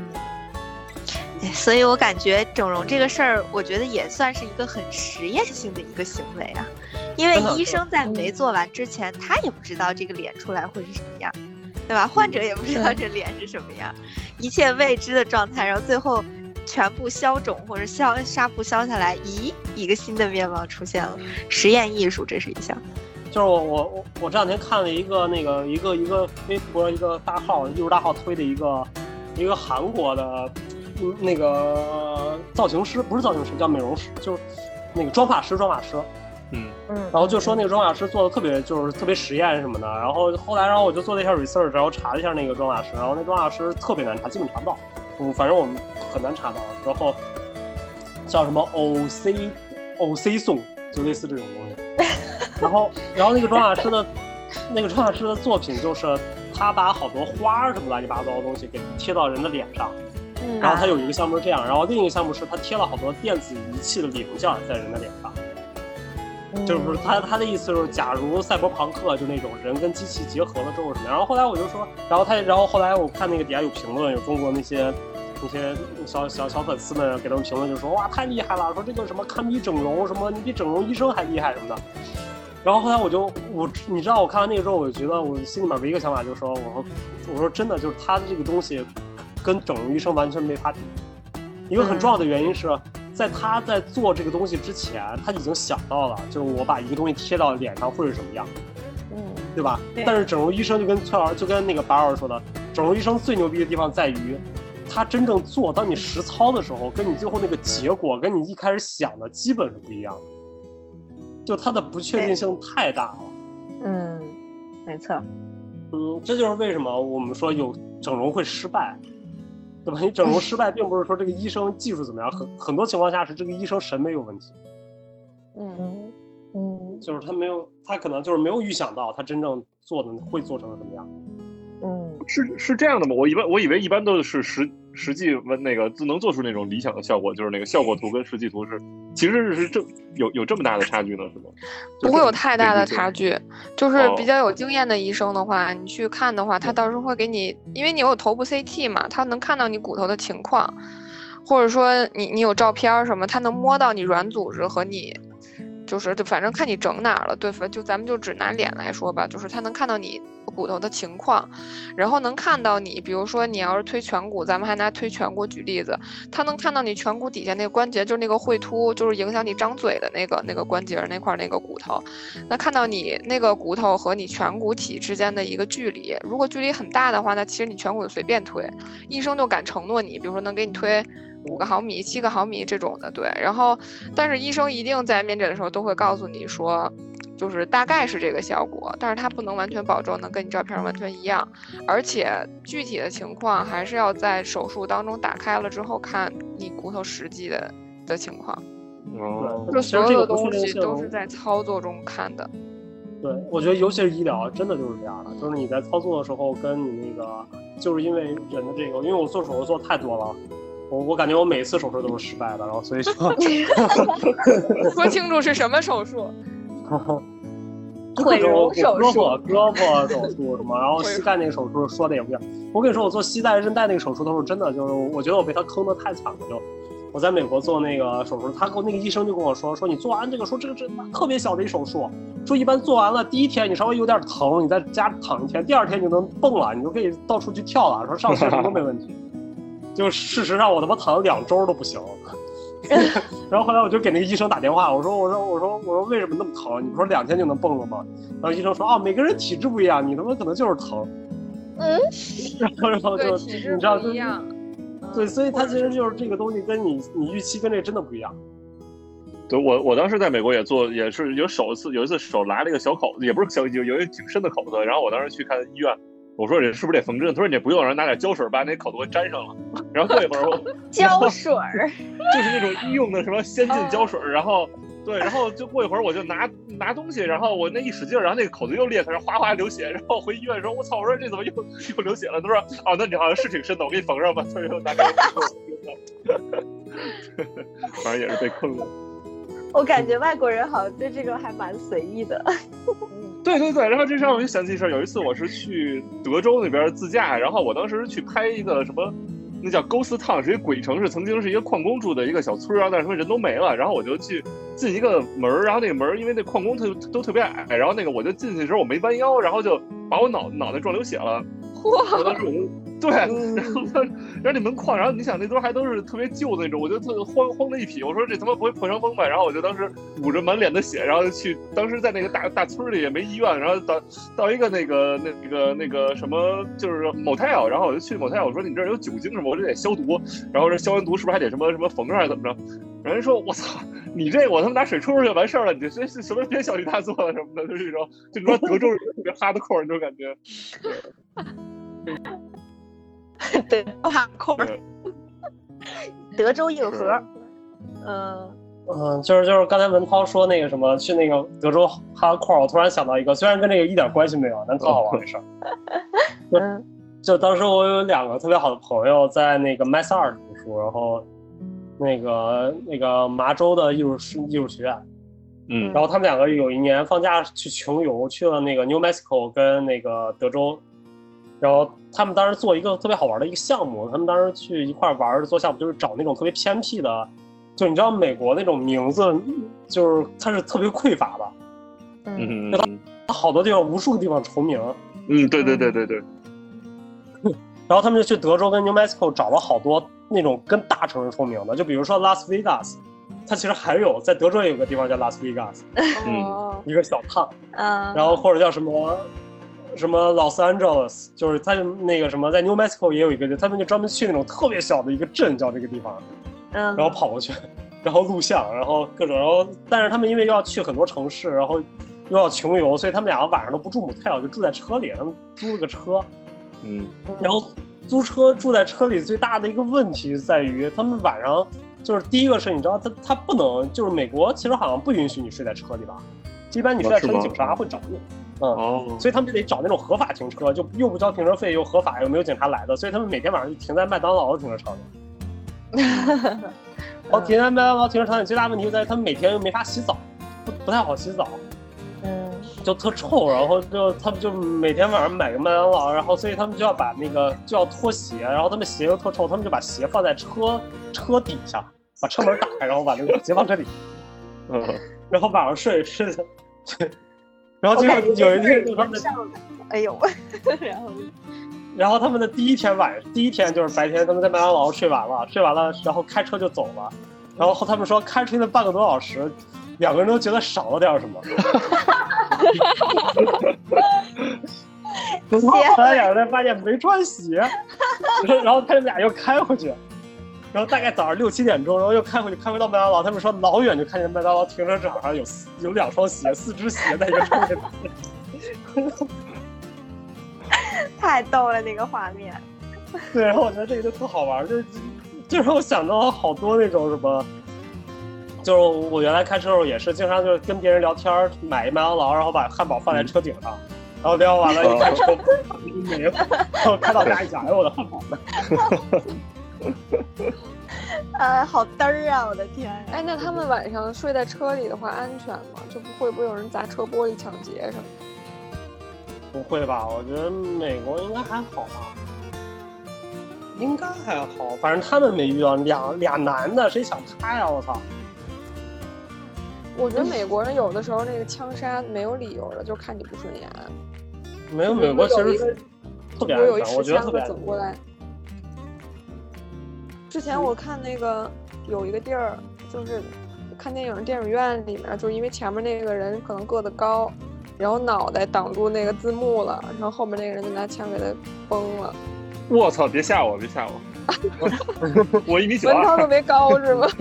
所以我感觉整容这个事儿，我觉得也算是一个很实验性的一个行为啊，因为医生在没做完之前，他也不知道这个脸出来会是什么样，对吧？患者也不知道这脸是什么样，一切未知的状态，然后最后全部消肿或者消纱布消下来，咦，一个新的面貌出现了。实验艺术，这是一项。 就是我我我我这两天看了一个那个一个一个微博一个大号艺术大号推的一个一个韩国的。那个造型师不是造型师，叫美容师，就是那个妆发师，妆发师。 嗯嗯。然后就说那个妆发师做的特别，就是特别实验什么的。然后后来，然后我就做了一下 research， 然后查了一下那个妆发师，然后那妆发师特别难查，基本查不到。嗯，反正我们很难查到。然后叫什么 O C O C 颂，就类似这种东西。然后，然后那个妆发师的，那个妆发师的作品就是他把好多花什么乱七八糟的东西给贴到人的脸上。然后他有一个项目是这样，然后另一个项目是他贴了好多电子仪器的零件在人的脸上，嗯、就是他他的意思是，假如赛博朋克就那种人跟机器结合了之后什么样。然后后来我就说，然后他，然后后来我看那个底下有评论，有中国那些那些小小小粉丝们给他们评论，就说哇太厉害了，说这个什么堪比整容，什么你比整容医生还厉害什么的。然后后来我就我你知道我看完那个之后，我就觉得我心里面唯一一个想法就是说，我说我说真的就是他的这个东西。跟整容医生完全没法比，一个很重要的原因是在他在做这个东西之前，他已经想到了，就是我把一个东西贴到脸上会是什么样，嗯，对吧？对。但是整容医生就跟崔老师就跟那个白老师说的，整容医生最牛逼的地方在于，他真正做，当你实操的时候，跟你最后那个结果，跟你一开始想的基本是不一样的，就它的不确定性太大了。 嗯，没错。 嗯，这就是为什么我们说有整容会失败。对吧？你整容失败，并不是说这个医生技术怎么样，很很多情况下是这个医生审美有问题。 嗯嗯， 就是他没有，他可能就是没有预想到他真正做的会做成什么样。 嗯， 是是这样的吗？我一般我以为一般都是实实际那个能做出那种理想的效果，就是那个效果图跟实际图是其实是这有有这么大的差距呢，是吗？ 不会有太大的差距，就是比较有经验的医生的话，你去看的话，他到时候会给你，因为你有头部 C T 嘛，他能看到你骨头的情况，或者说你你有照片什么，他能摸到你软组织和你。就是反正看你整哪儿了，对，就咱们就只拿脸来说吧，就是他能看到你骨头的情况，然后能看到你，比如说你要是推颧骨，咱们还拿推颧骨举例子，他能看到你颧骨底下那个关节，就是那个喙突，就是影响你张嘴的那个那个关节那块那个骨头，那看到你那个骨头和你颧骨体之间的一个距离，如果距离很大的话，那其实你颧骨就随便推，医生就敢承诺你，比如说能给你推五个毫米、七个毫米这种的，对。然后，但是医生一定在面诊的时候都会告诉你说，就是大概是这个效果，但是他不能完全保证能跟你照片完全一样，而且具体的情况还是要在手术当中打开了之后看你骨头实际的的情况。 哦， 就所有的东西都是在操作中看的。 对，我觉得尤其是医疗，真的就是这样的，就是你在操作的时候，跟你那个，就是因为人的这个，因为我做手术做太多了。我我感觉我每一次手术都是失败的，然后所以就说清楚是什么手术？ 腿容手术、 胳膊手术什么，然后膝盖那个手术说的也不一样。我跟你说，我做膝盖韧带那个手术都是真的，就是我觉得我被他坑的太惨了。就我在美国做那个手术，他跟那个医生就跟我说，说你做完这个说这个是特别小的一手术，说一般做完了第一天你稍微有点疼，你在家躺一天，第二天你就能蹦了，你就可以到处去跳了，说上学什么都没问题。就事实上我他妈躺了两周都不行，然后后来我就给那个医生打电话，我说我说我说我说为什么那么疼？你不说两天就能蹦了吗？然后医生说啊，每个人体质不一样，你他妈可能就是疼。 嗯， 然后然后就体质你知道不一样， 对，所以它其实就是这个东西跟你你预期跟这个真的不一样。 对，我我当时在美国也做，也是有手次有一次手拉了一个小口子，也不是小有有一个挺深的口子，然后我当时去看医院。我说你是不是得缝针？他说你不用，然后拿点胶水把那口子给粘上了。然后过一会儿我胶水就是那种医用的什么先进胶水，然后对，然后就过一会儿我就拿拿东西，然后我那一使劲，然后那个口子又裂开，然后哗哗流血。然后回医院的时候，我操！我说这怎么又又流血了？他说哦，那你好像是挺深的，我给你缝上吧。他又拿给我，反正也是被坑了。 我感觉外国人好像对这个还蛮随意的。 对对对，然后这让我就想起一事，有一次我是去德州那边自驾，然后我当时去拍一个什么，那叫 Ghost Town，是一个鬼城市，曾经是一个矿工住的一个小村，然后但是说人都没了，然后我就去进一个门，然后那个门因为那矿工特都特别矮，然后那个我就进去的时候我没弯腰，然后就把我脑脑袋撞流血了。哇！当时我就对，然后然后那门框，然后你想那都还都是特别旧的那种，我就特慌慌的一匹，我说这他妈不会破伤风吧？然后我就当时捂着满脸的血，然后去，当时在那个大大村里也没医院，然后到到一个那个那个那个什么就是 motel， 然后我就去 motel， 我说你这儿有酒精什么，我这得消毒，然后这消完毒是不是还得什么什么缝上还是怎么着？人说我操，你这我他妈拿水冲出去完事儿了，你这这是什么别小题大做了什么的，就是这种，就你说德州人特别哈的扣那种感觉。 对，哈扣。德州硬核。嗯嗯，就是就是刚才文涛说那个什么去那个德州哈扣，我突然想到一个，虽然跟这个一点关系没有，但特好玩的事儿。 嗯， 就当时我有两个特别好的朋友在那个 Mass Art 读书，然后那个那个麻州的艺术艺术学院， 嗯， 然后他们两个有一年放假去穷游，去了那个 New Mexico 跟那个德州，然后他们当时做一个特别好玩的一个项目，他们当时去一块玩做项目，就是找那种特别偏僻的，就你知道美国那种名字，就是它是特别匮乏的， 嗯， 它好多地方无数个地方重名， 嗯，对对对对对。 然后他们就去德州跟 New Mexico 找了好多那种跟大城市重名的，就比如说拉斯维加斯，它其实还有在德州也有个地方叫拉斯维加斯， 嗯， 一个小趟， 嗯， 然后或者叫什么什么 Los Angeles， 就是他那个什么在 New Mexico 也有一个，他们就专门去那种特别小的一个镇叫这个地方， 嗯， 然后跑过去，然后录像，然后各种，然后但是他们因为要去很多城市，然后又要穷游，所以他们两个晚上都不住 motel， 就住在车里，他们租了个车。 嗯， 然后租车住在车里最大的一个问题在于，他们晚上就是第一个是，你知道他他不能，就是美国其实好像不允许你睡在车里吧，一般你睡在车里警察会找你， 嗯， 哦， 所以他们就得找那种合法停车，就又不交停车费，又合法，又没有警察来的，所以他们每天晚上就停在麦当劳的停车场里。然后停在麦当劳停车场里，最大问题就在于他们每天又没法洗澡，不不太好洗澡， 嗯， 就特臭，然后就他们就每天晚上买个麦当劳，然后所以他们就要把那个就要脱鞋，然后他们鞋又特臭，他们就把鞋放在车车底下，把车门打开，然后把那个鞋放车底，嗯，然后晚上睡睡的，然后结果有一天就他们， 哎呦，然后。 然后他们的第一天晚，第一天就是白天，他们在麦当劳睡完了，睡完了，然后开车就走了。然后他们说开出去那半个多小时，两个人都觉得少了点什么。然后后来两个人发现没穿鞋，然后他们俩又开回去，然后大概早上六七点钟，然后又开回去，开回到麦当劳。他们说老远就看见麦当劳停车场上有有两双鞋，四只鞋在一个车里。 太逗了那个画面。 对，然后我觉得这个就特好玩，就就让我想到好多那种什么，就是我原来开车的时候也是经常就是跟别人聊天，买一麦当劳，然后把汉堡放在车顶上，然后聊完了一开车没了，然后开到家一想，哎，我的汉堡呢？ 呃，好嘚儿啊！我的天！ 哎，那他们晚上睡在车里的话安全吗？就不会不会有人砸车玻璃抢劫什么的？ 不会吧？我觉得美国应该还好吧，应该还好，反正他们没遇到俩俩男的，谁想开啊？我操！ 我觉得美国人有的时候那个枪杀没有理由的，就看你不顺眼。 没有，美国其实特别安全，我觉得特别安全。 走过来。之前我看那个有一个地儿，就是看电影电影院里面，就是因为前面那个人可能个子高。然后脑袋挡住那个字幕了，然后后面那个人就拿枪给他崩了。 我操！别吓我，别吓我！我一米九二。 文涛特别高是吗？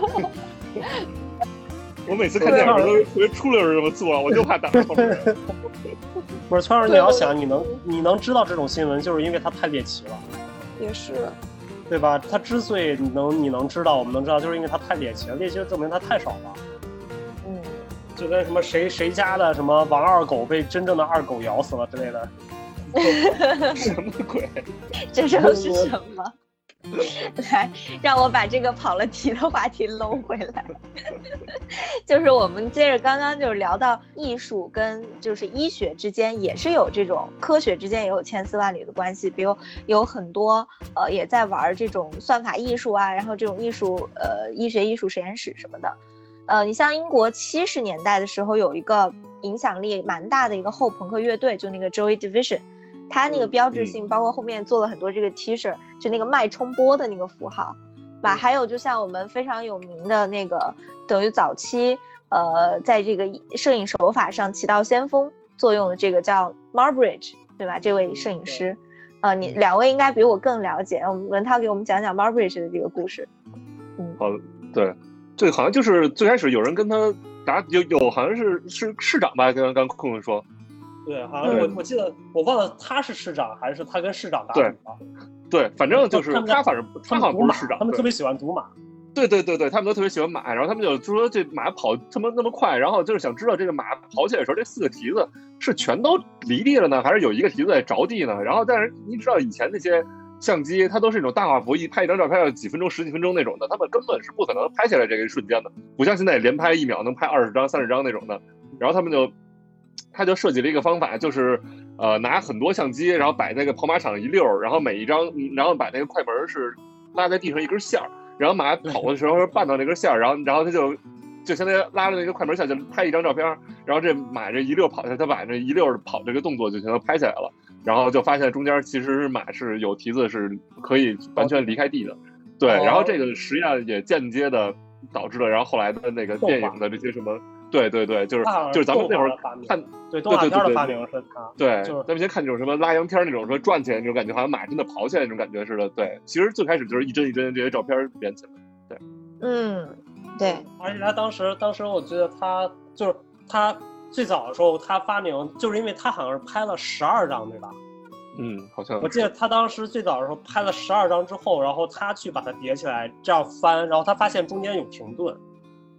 我每次看电影都特别出溜这么做，我就怕挡后面人。 不是，川儿，你要想，你能你能知道这种新闻，就是因为它太猎奇了。 也是。 对吧？它之所以能你能知道，我们能知道，就是因为它太猎奇了，猎奇就证明它太少了。就跟什么谁谁家的什么王二狗被真正的二狗咬死了之类的， 什么鬼？ 这又是什么？来，让我把这个跑了题的话题搂回来。就是我们接着刚刚就是聊到艺术跟就是医学之间也是有这种科学之间也有千丝万缕的关系，比如有很多呃也在玩这种算法艺术啊，然后这种艺术呃医学艺术实验室什么的。呃，你像英国七十年代的时候，有一个影响力蛮大的一个后朋克乐队，就那个 Joy Division， 它那个标志性，包括后面做了很多这个 T 恤，就那个脉冲波的那个符号，吧。还有就像我们非常有名的那个，等于早期呃，在这个摄影手法上起到先锋作用的这个叫 Marbridge， 对吧？这位摄影师，呃，你两位应该比我更了解，我们文涛给我们讲讲 Marbridge 的这个故事。 嗯，好，对。这好像就是最开始有人跟他打，有有好像是是市长吧，刚刚空空说， 对，好像我我记得我忘了他是市长还是他跟市长打赌了。 对，反正就是他，反正他好像不是市长， 他们特别喜欢赌马。 对对对对，他们都特别喜欢马，然后他们就说这马跑他妈那么快，然后就是想知道这个马跑起来的时候，这四个蹄子是全都离地了呢，还是有一个蹄子在着地呢？然后但是你知道以前那些相机它都是那种大画幅，一拍一张照片要几分钟十几分钟那种的，他们根本是不可能拍下来这个瞬间的，不像现在连拍一秒能拍二十张三十张那种的。然后他们就他就设计了一个方法，就是呃拿很多相机，然后摆那个跑马场一溜，然后每一张然后把那个快门是拉在地上一根线，然后马跑的时候绊到那根线，然后然后他就就相当于拉着那个快门线就拍一张照片，然后这马这一溜跑下来，他把这一溜跑这个动作就全都拍下来了。然后就发现中间其实马是有蹄子是可以完全离开地的，对。然后这个实验也间接的导致了，然后后来的那个电影的这些什么，对对对，就是就是咱们那会儿看， 对动画片的发明是他， 对，咱们先看这种什么拉洋片那种说转起来那种感觉，好像马真的跑起来那种感觉似的，对。其实最开始就是一帧一帧这些照片连起来，对， 嗯，对。 而且他当时当时我觉得他就是他。最早的时候，他发明就是因为他好像是拍了十二张，对吧？ 嗯，好像我记得他当时最早的时候拍了十二张之后，然后他去把它叠起来，这样翻，然后他发现中间有停顿，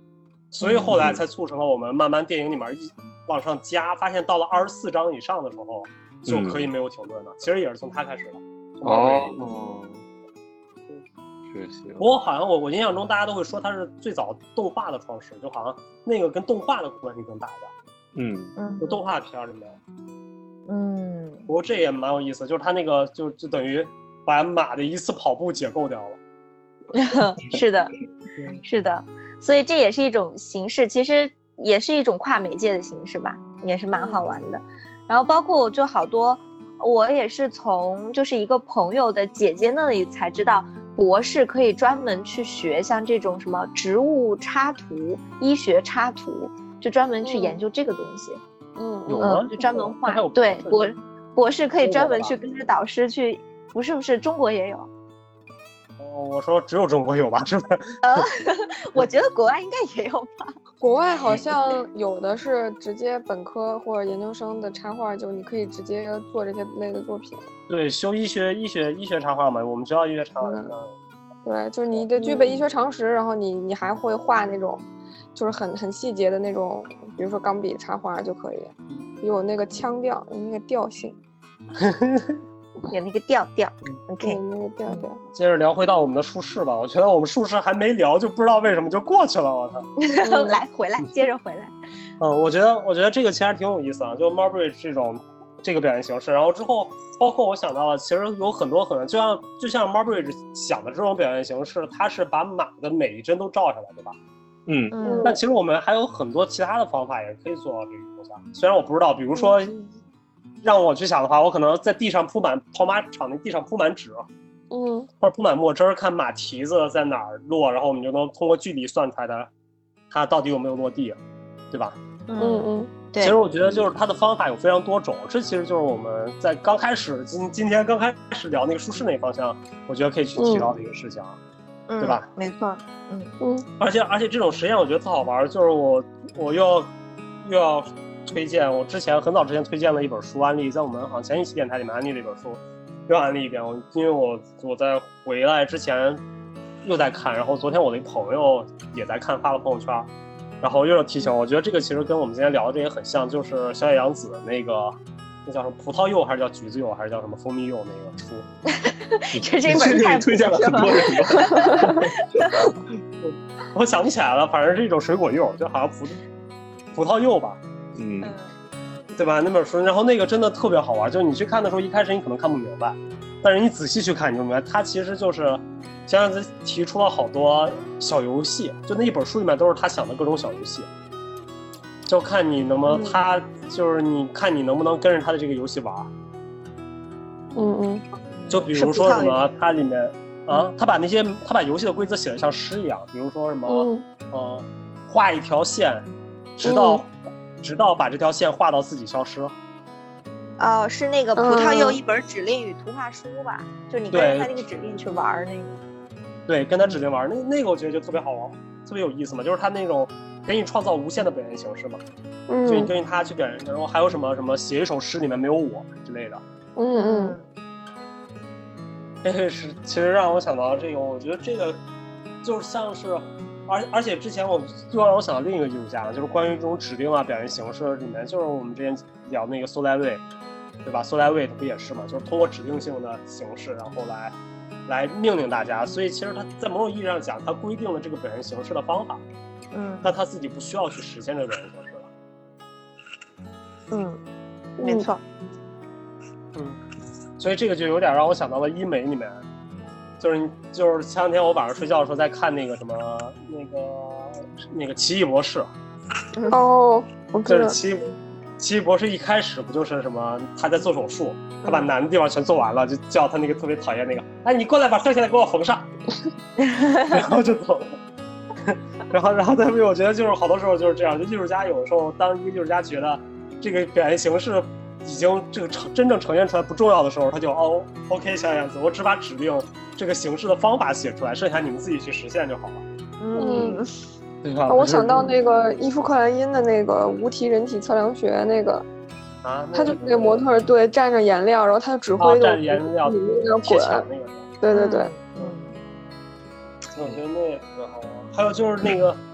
所以后来才促成了我们慢慢电影里面一往上加，发现到了二十四章以上的时候就可以没有停顿了。嗯、其实也是从他开始的。 哦，学习。 不过好像我我印象中大家都会说他是最早动画的创始，就好像那个跟动画的关系更大一点。 嗯嗯，就动画片里面。 嗯， 不过这也蛮有意思，就是他那个就就等于把马的一次跑步解构掉了。 是的，是的，所以这也是一种形式，其实也是一种跨媒介的形式吧，也是蛮好玩的。然后包括我就好多，我也是从就是一个朋友的姐姐那里才知道，博士可以专门去学像这种什么植物插图、医学插图，就专门去研究这个东西。 嗯有吗？ 嗯，就专门画。对，博博士可以专门去跟着导师去，不是不是，中国也有。 哦，我说只有中国有吧？是不是？ 呃，我觉得国外应该也有吧。 国外好像有的是直接本科或者研究生的插画，就你可以直接做这些类的作品。 对，修医学医学医学插画嘛，我们学校医学插画。 嗯、对，就是你得具备医学常识，然后你你还会画那种。就是很很细节的那种，比如说钢笔插画就可以，有那个腔调，有那个调性， 有那个调调。OK， 有那个调调。 接着聊回到我们的术士吧，我觉得我们术士还没聊，就不知道为什么就过去了，我操！ 来，回来，接着回来。 嗯，我觉得我觉得这个其实还挺有意思啊，就 Marbridge 这种这个表现形式，然后之后包括我想到了，其实有很多很就像就像 Marbridge 想的这种表现形式，它是把马的每一帧都照下来，对吧？ 嗯嗯， 但其实我们还有很多其他的方法也可以做到这个构想。虽然我不知道，比如说让我去想的话，我可能在地上铺满跑马场那地上铺满纸， 嗯， 或者铺满墨汁儿，看马蹄子在哪儿落，然后我们就能通过距离算出来的它到底有没有落地，对吧？ 嗯嗯， 对。 其实我觉得就是它的方法有非常多种，这其实就是我们在刚开始今今天刚开始聊那个术士那个方向，我觉得可以去提到的一个事情。嗯嗯、 对吧？ 没错，嗯嗯， 而且而且这种实验我觉得特好玩，就是我我又要又要推荐我之前很早之前推荐了一本书，安利在我们好像前一期电台里面安利了一本书，又安利一遍。我因为我我在回来之前又在看，然后昨天我的一朋友也在看，发了朋友圈，然后又要提醒我，我觉得这个其实跟我们今天聊的这也很像，就是小野洋子的那个那叫什么葡萄柚还是叫橘子柚还是叫什么蜂蜜柚那个书。 这这本太推荐了很多人我想不起来了，反正是一种水果柚，就好像葡葡萄柚吧， 嗯， 对吧？那本书，然后那个真的特别好玩，就是你去看的时候，一开始你可能看不明白，但是你仔细去看你就明白，它其实就是前两次提出了好多小游戏，就那一本书里面都是他想的各种小游戏，就看你能不能他就是你看你能不能跟着他的这个游戏玩。 嗯嗯， 就比如说什么，它里面啊，他把那些他把游戏的规则写得像诗一样，比如说什么，嗯，呃、画一条线，直到、嗯、直到把这条线画到自己消失。 哦，是那个葡萄柚一本指令与图画书吧？嗯、就你跟着他那个指令去玩那个。 对，跟他指令玩，那那个我觉得就特别好玩，特别有意思嘛，就是他那种给你创造无限的表现形式嘛。嗯，就你根据他去表现，然后还有什么什么写一首诗里面没有我之类的。 嗯嗯。 这个是其实让我想到这个，我觉得这个就像是，而而且之前我又让我想到另一个艺术家，就是关于这种指令啊表现形式里面，就是我们之前聊那个苏莱瑞，对吧？苏莱瑞他不也是嘛，就是通过指令性的形式，然后来来命令大家，所以其实他在某种意义上讲，他规定了这个表现形式的方法， 嗯， 但他自己不需要去实现这个表现形式了。 嗯，没错。 嗯。所以这个就有点让我想到了医美里面，就是就是前两天我晚上睡觉的时候在看那个什么那个那个奇异博士。 哦，我知道。 就是奇奇异博士一开始不就是什么他在做手术，他把难的地方全做完了，就叫他那个特别讨厌那个，哎你过来把剩下的给我缝上，然后就走了。然后然后再我觉得就是好多时候就是这样，就艺术家有的时候当一个艺术家觉得这个表现形式已经这个呈真正呈现出来不重要的时候，他就哦 OK 小样子，我只把指令这个形式的方法写出来，剩下你们自己去实现就好了。 嗯， 对吧？ 我想到那个伊夫克兰因的那个无题人体测量学那个啊， 他就那个模特对蘸着颜料，然后他就指挥就蘸颜料滚， 那个对对对， 嗯，我觉得那个特别好玩。还有就是那个。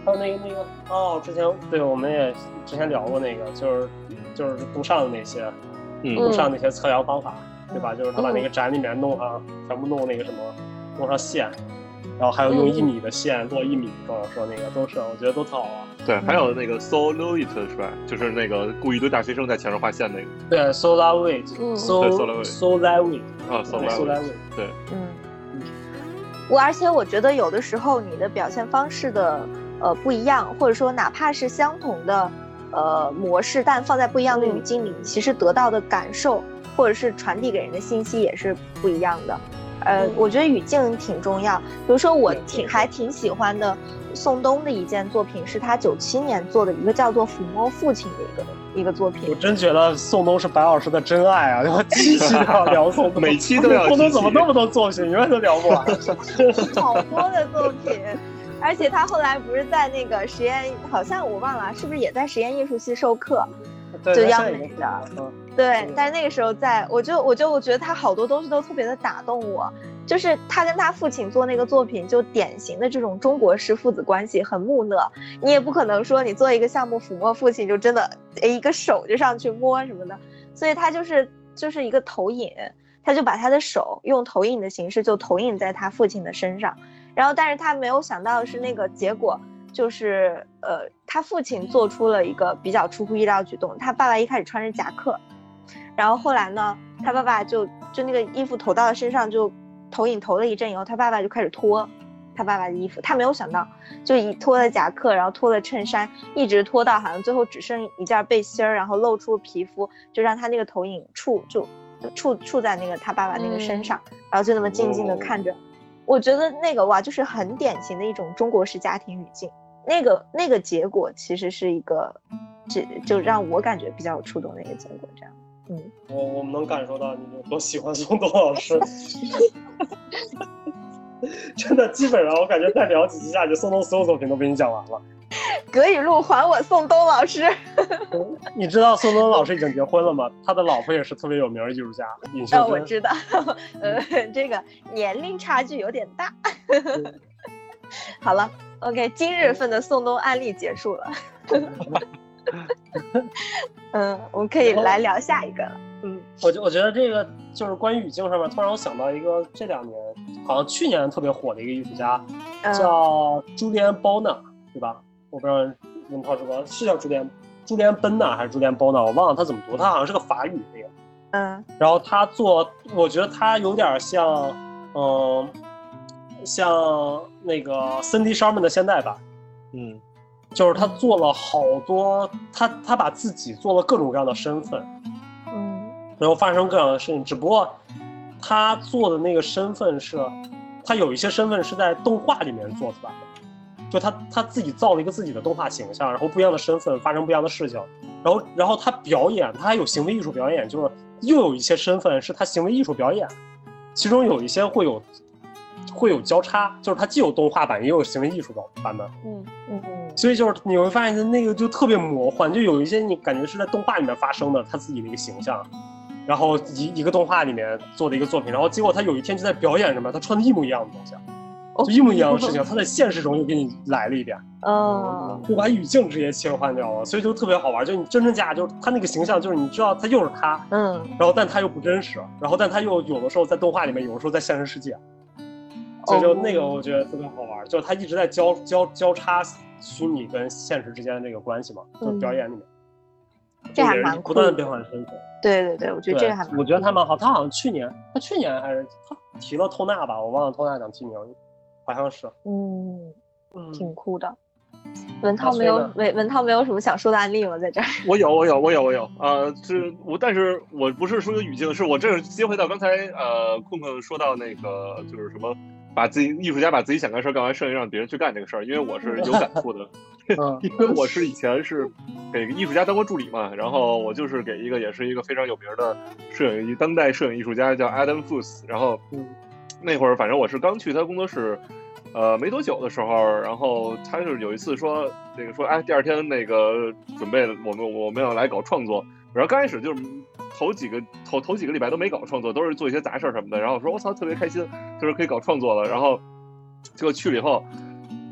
还有那个那个哦，之前对我们也之前聊过那个，就是就是杜尚的那些， 嗯， 杜尚那些测量方法，对吧？就是他把那个展里面弄上，全部弄那个什么，弄上线，然后还有用一米的线做一米，刚刚说那个都是，我觉得都特好玩。 对，还有那个 Solute 是吧？就是那个雇一堆大学生在墙上画线那个。 对 ，Solar Weight，So Solar Weight 啊 ，Solar Weight， 对， 嗯。我而且我觉得有的时候你的表现方式的呃不一样，或者说哪怕是相同的呃模式，但放在不一样的语境里，其实得到的感受或者是传递给人的信息也是不一样的。呃，嗯、我觉得语境挺重要。比如说我挺还挺喜欢的宋冬的一件作品，是他九七年做的一个叫做《抚摸父亲》的一个一个作品。 我真觉得宋冬是白老师的真爱啊！我期期都要聊宋冬， 每期都要。 宋冬怎么那么多作品，永远都聊不完。 好多的作品，而且他后来不是在那个实验，好像我忘了，是不是也在实验艺术系授课？就央美的，嗯、对，但是那个时候在，我就我就我觉得他好多东西都特别的打动我，就是他跟他父亲做那个作品，就典型的这种中国式父子关系，很木讷。你也不可能说你做一个项目抚摸父亲，就真的一个手就上去摸什么的，所以他就是就是一个投影，他就把他的手用投影的形式就投影在他父亲的身上，然后但是他没有想到的是那个结果。就是呃，他父亲做出了一个比较出乎意料的举动。他爸爸一开始穿着夹克，然后后来呢，他爸爸就就那个衣服投到了身上，就投影投了一阵以后，他爸爸就开始脱他爸爸的衣服。他没有想到，就一脱了夹克，然后脱了衬衫，一直脱到好像最后只剩一件背心儿，然后露出皮肤，就让他那个投影触就触触在那个他爸爸那个身上，嗯、然后就那么静静的看着。我觉得那个哇，就是很典型的一种中国式家庭语境。那个那个结果其实是一个，就就让我感觉比较有触动的一个结果。这样，嗯， 我我们能感受到你有多喜欢宋冬老师。真的，基本上我感觉再聊几期下去，宋冬所有作品都被你讲完了。 葛雨露还我宋冬老师。 你知道宋冬老师已经结婚了吗？他的老婆也是特别有名的艺术家尹秀珍。 哦，我知道，呃，这个年龄差距有点大。好了 ，OK， 今日份的宋冬案例结束了。嗯，我们可以来聊下一个了。嗯， 我觉我觉得这个就是关于语境上面，突然我想到一个这两年好像去年特别火的一个艺术家，嗯、叫朱利安·包纳，对吧？我不知道文涛知不知道，是叫朱利安朱利安·奔纳还是朱利安·包纳，我忘了他怎么读，他好像是个法语那个。 嗯， 然后他做，我觉得他有点像，嗯，像那个 Cindy Sherman 的现代版， 嗯， 就是他做了好多，他他把自己做了各种各样的身份， 嗯， 然后发生各样的事情，只不过他做的那个身份是，他有一些身份是在动画里面做出来的，就他他自己造了一个自己的动画形象，然后不一样的身份发生不一样的事情，然后然后他表演，他还有行为艺术表演，就是又有一些身份是他行为艺术表演，其中有一些会有会有交叉，就是他既有动画版也有行为艺术版本， 嗯嗯嗯， 所以就是你会发现那个就特别魔幻，就有一些你感觉是在动画里面发生的他自己的一个形象，然后一一个动画里面做的一个作品，然后结果他有一天就在表演什么，他穿的一模一样的东西。就一模一样的事情，他在现实中又给你来了一遍， 嗯， 就把语境直接切换掉了，所以就特别好玩。就你真真假假，就是他那个形象，就是你知道他又是他， 嗯， 然后但他又不真实，然后但他又有的时候在动画里面，有的时候在现实世界，所以就那个我觉得特别好玩，就是他一直在交交交叉虚拟跟现实之间的这个关系嘛，就表演里面， 嗯、这还蛮酷的， 不断的变换身份。 对对对，我觉得这个还蛮酷， 我觉得他蛮好。他好像去年，他去年还是他提了透纳吧，我忘了透纳奖提名。好像是， 嗯，挺酷的。文涛没有文文涛没有什么想说的案例吗？在这儿， 我有，我有，我有，我有。呃，是我，但是我不是说个语境，是我这是接回到刚才呃，困困说到那个就是什么，把自己艺术家把自己想干事干完，剩下让别人去干这个事儿。因为我是有感触的，因为我是以前是给艺术家当过助理嘛，然后我就是给一个也是一个非常有名的摄影当代摄影艺术家叫 Adam Fuss， 然后。嗯那会儿反正我是刚去他工作室，呃，没多久的时候，然后他就是有一次说那个说，哎，第二天那个准备我们我们要来搞创作，然后刚开始就是头几个头头几个礼拜都没搞创作，都是做一些杂事什么的，然后说我操特别开心，就是可以搞创作了，然后结果去了以后，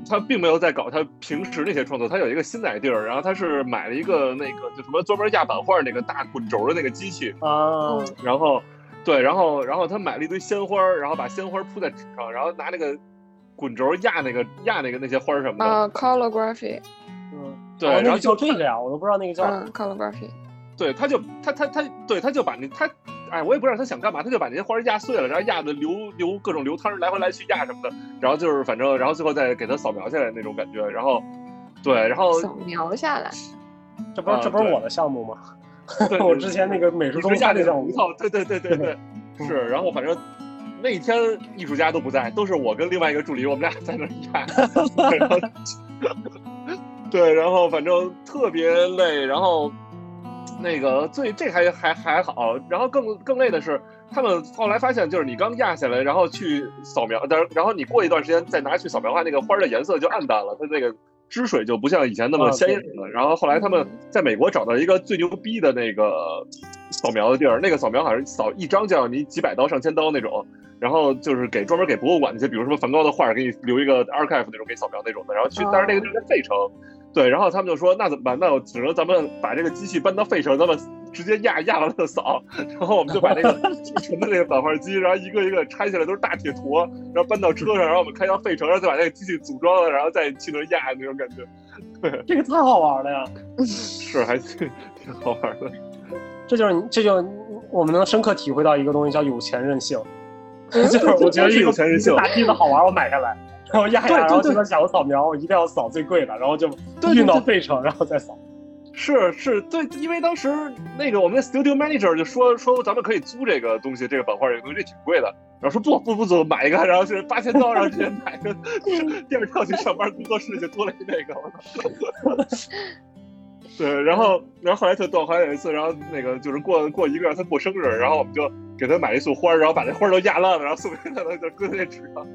他并没有在搞他平时那些创作，他有一个新来地儿，然后他是买了一个那个就什么专门压版画那个大滚轴的那个机器啊， 然后对，然后然后他买了一堆鲜花，然后把鲜花铺在纸上，然后拿那个滚轴压那个压那个那些花什么的啊 ，calligraphy， 嗯， 对， 哦、 然后就这个呀，我都不知道那个叫嗯 calligraphy， 对，他就他他他对他就把那他。哎，我也不知道他想干嘛，他就把那些花压碎了，然后压的流流各种流汤，来回来去压什么的，然后就是反正，然后最后再给它扫描下来那种感觉，然后，对，然后扫描下来， 这不是、啊、这不是我的项目吗？ 对我之前那个美术中压那项目， 对对对对对，是，然后反正那一天艺术家都不在，都是我跟另外一个助理，我们俩在那压，然后对，然后反正特别累，然后。那个最这还还还好，然后更更累的是，他们后来发现，就是你刚压下来，然后去扫描，但然后你过一段时间再拿去扫描的话，那个花的颜色就暗淡了，它那个汁水就不像以前那么鲜艳了。啊、然后后来他们在美国找到一个最牛逼的那个扫描的地儿，那个扫描好像扫一张就要你几百刀上千刀那种，然后就是给专门给博物馆那些，比如说梵高的画，给你留一个 archive 那种给扫描那种的，然后去，但是那个就是在费城。对，然后他们就说那怎么办？那我只能咱们把这个机器搬到费城，咱们直接压压完了就扫。然后我们就把那个纯的那个版画机，然后一个一个拆下来都是大铁坨，然后搬到车上，然后我们开到费城，然后再把那个机器组装了，然后再去那压那种感觉。对， 这个太好玩了呀！ 是，还挺挺好玩的。 这就是你，这就我们能深刻体会到一个东西叫有钱任性。就是我觉得是有钱任性， 大机子好玩，我买下来。然后压压，然后就在想我扫描，我一定要扫最贵的，然后就运到费城，然后再扫。 是是，对，因为当时那个我们的 studio manager 就说说咱们可以租这个东西，这个版画这个东西挺贵的，然后说不不不租，买一个，然后是八千刀，然后直接买个，第二天去上班工作室就多了一那个。对，然后然后后来特逗，还有一次，然后那个就是过过一个月他过生日，然后我们就给他买一束花，然后把那花都压烂了，然后送给他，就搁在那纸上。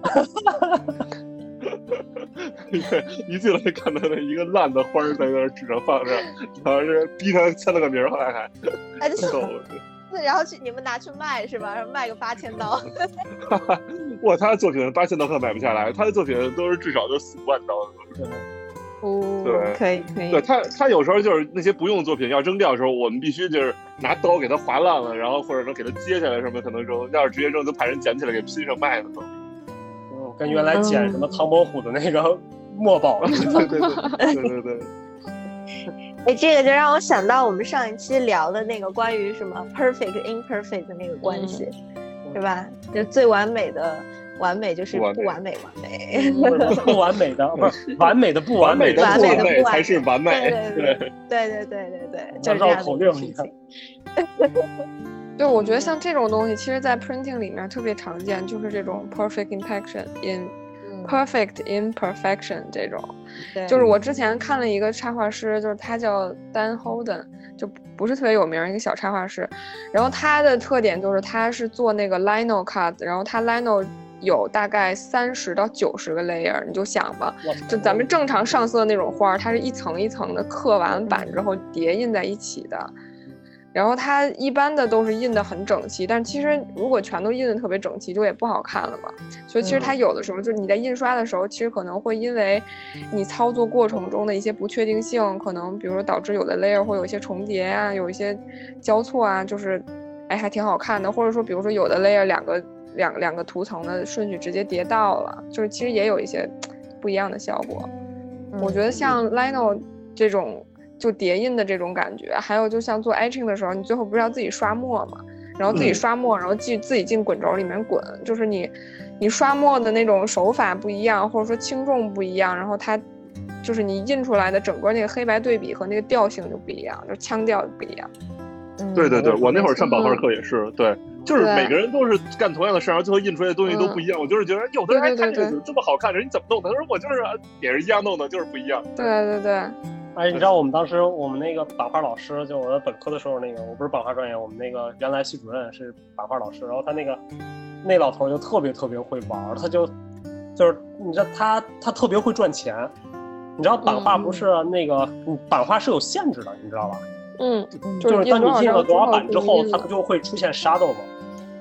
对，一进来看到了一个烂的花在那纸上放着，然后是逼他签了个名，后来还还逗。然后去你们拿去卖是吧？卖个八千刀。 哇，他的作品八千刀可买不下来，他的作品都是至少都四五万刀的。 哦， 对， 可以可以。 对他，他有时候就是那些不用的作品要扔掉的时候，我们必须就是拿刀给它划烂了，然后或者能给它接下来什么，可能扔。要是直接扔，就派人捡起来给拼上卖的都。 嗯，跟原来捡什么唐伯虎的那个墨宝。 对对对对对对。 哎，这个就让我想到我们上一期聊的那个关于什么 perfect imperfect 的那个关系，嗯、是吧？就最完美的。完美就是不完美，完美不完美的不是完美的不完美的完美的不才是完美。 对对对对对对对，就是绕口令一样。 对，我觉得像这种东西，其实，在 printing 里面特别常见，就是这种 perfect imperfection in perfect imperfection 这种。就是我之前看了一个插画师，就是他叫 Dan Holden， 就不是特别有名一个小插画师。然后他的特点就是他是做那个 lino cut， 然后他 lino有大概三十到九十个 layer， 你就想吧，就咱们正常上色那种花，它是一层一层的刻完版之后叠印在一起的。然后它一般的都是印的很整齐，但其实如果全都印的特别整齐，就也不好看了嘛。所以其实它有的时候就是你在印刷的时候，其实可能会因为你操作过程中的一些不确定性，可能比如说导致有的 layer 会有一些重叠啊，有一些交错啊，就是哎还挺好看的，或者说比如说有的 layer 两个两两个图层的顺序直接叠到了，就是其实也有一些不一样的效果。嗯、我觉得像 lino 这种就叠印的这种感觉，还有就像做 etching 的时候，你最后不是要自己刷墨嘛，然后自己刷墨，然后进自己进滚轴里面滚，就是你你刷墨的那种手法不一样，或者说轻重不一样，然后它就是你印出来的整个那个黑白对比和那个调性就不一样，就腔调就不一样。 对对对，我那会儿上版画课也是，对，就是每个人都是干同样的事，然后最后印出来的东西都不一样。我就是觉得有的人还看这个这么好看，人你怎么弄的？他说我就是也是一样弄的，就是不一样。 对对对。 哎，你知道我们当时我们那个版画老师，就我在本科的时候，那个我不是版画专业，我们那个原来系主任是版画老师，然后他那个那老头就特别特别会玩，他就就是你知道他他特别会赚钱。你知道版画不是那个，嗯、版画是有限制的，你知道吧？ 嗯， 就是当你印了多少版之后，它不就会出现 shadow 吗？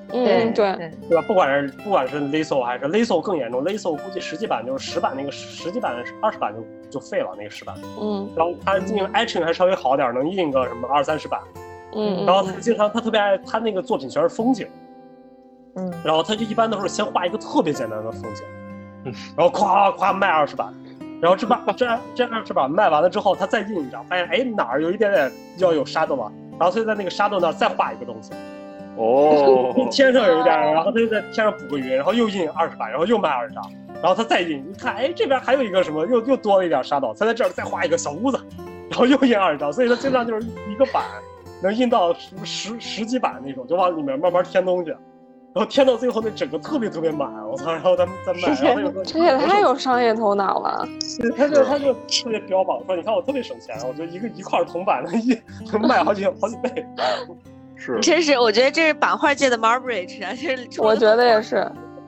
嗯，对对吧？不管是不管是 Lasso 还是 Lasso 更严重 ，Lasso 估计实际版就是十版那个实际版二十版就就废了那个十版。 嗯， 然后他进行 etching 还稍微好点，能印个什么二三十版。 嗯， 然后他经常他特别爱他那个作品全是风景。 嗯， 然后他就一般都是先画一个特别简单的风景，嗯，然后咵咵卖二十版，然后这把这这二十版卖完了之后，他再印一张，发现哎哪儿有一点点要有 shadow 了，然后他就在那个 shadow 那儿再画一个东西， 哦， 天上有一点，然后他就在天上补个云，然后又印二十版，然后又卖二十张，然后他再印，你看哎这边还有一个什么又又多了一点 shadow， 他在这儿再画一个小屋子，然后又印二十张，所以他经常就是一个版能印到十十十几版那种，就往里面慢慢添东西。然后添到最后那整个特别特别满，我操！然后他们再卖，然后他就说这也太有商业头脑了。 对，他就他就特别标榜说，你看我特别省钱，我就一个一块铜板能一能卖好几好几倍。 是， 真是，我觉得这是版画界的 Marbridge 啊，这是。 我觉得也是。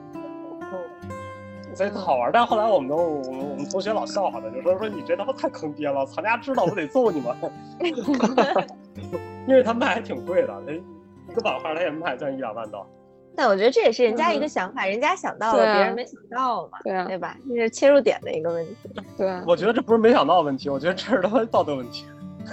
所以好玩，但后来我们都我们我们同学老笑话的，就说说你这他妈太坑爹了，厂家知道我得揍你们。因为他卖还挺贵的，那一个版画他也卖将一两万刀。 但我觉得这也是人家一个想法，嗯、人家想到了， 啊、 别人没想到嘛， 对啊， 对吧？这是切入点的一个问题。 对、啊， 我觉得这不是没想到的问题，我觉得这是他妈道德问题。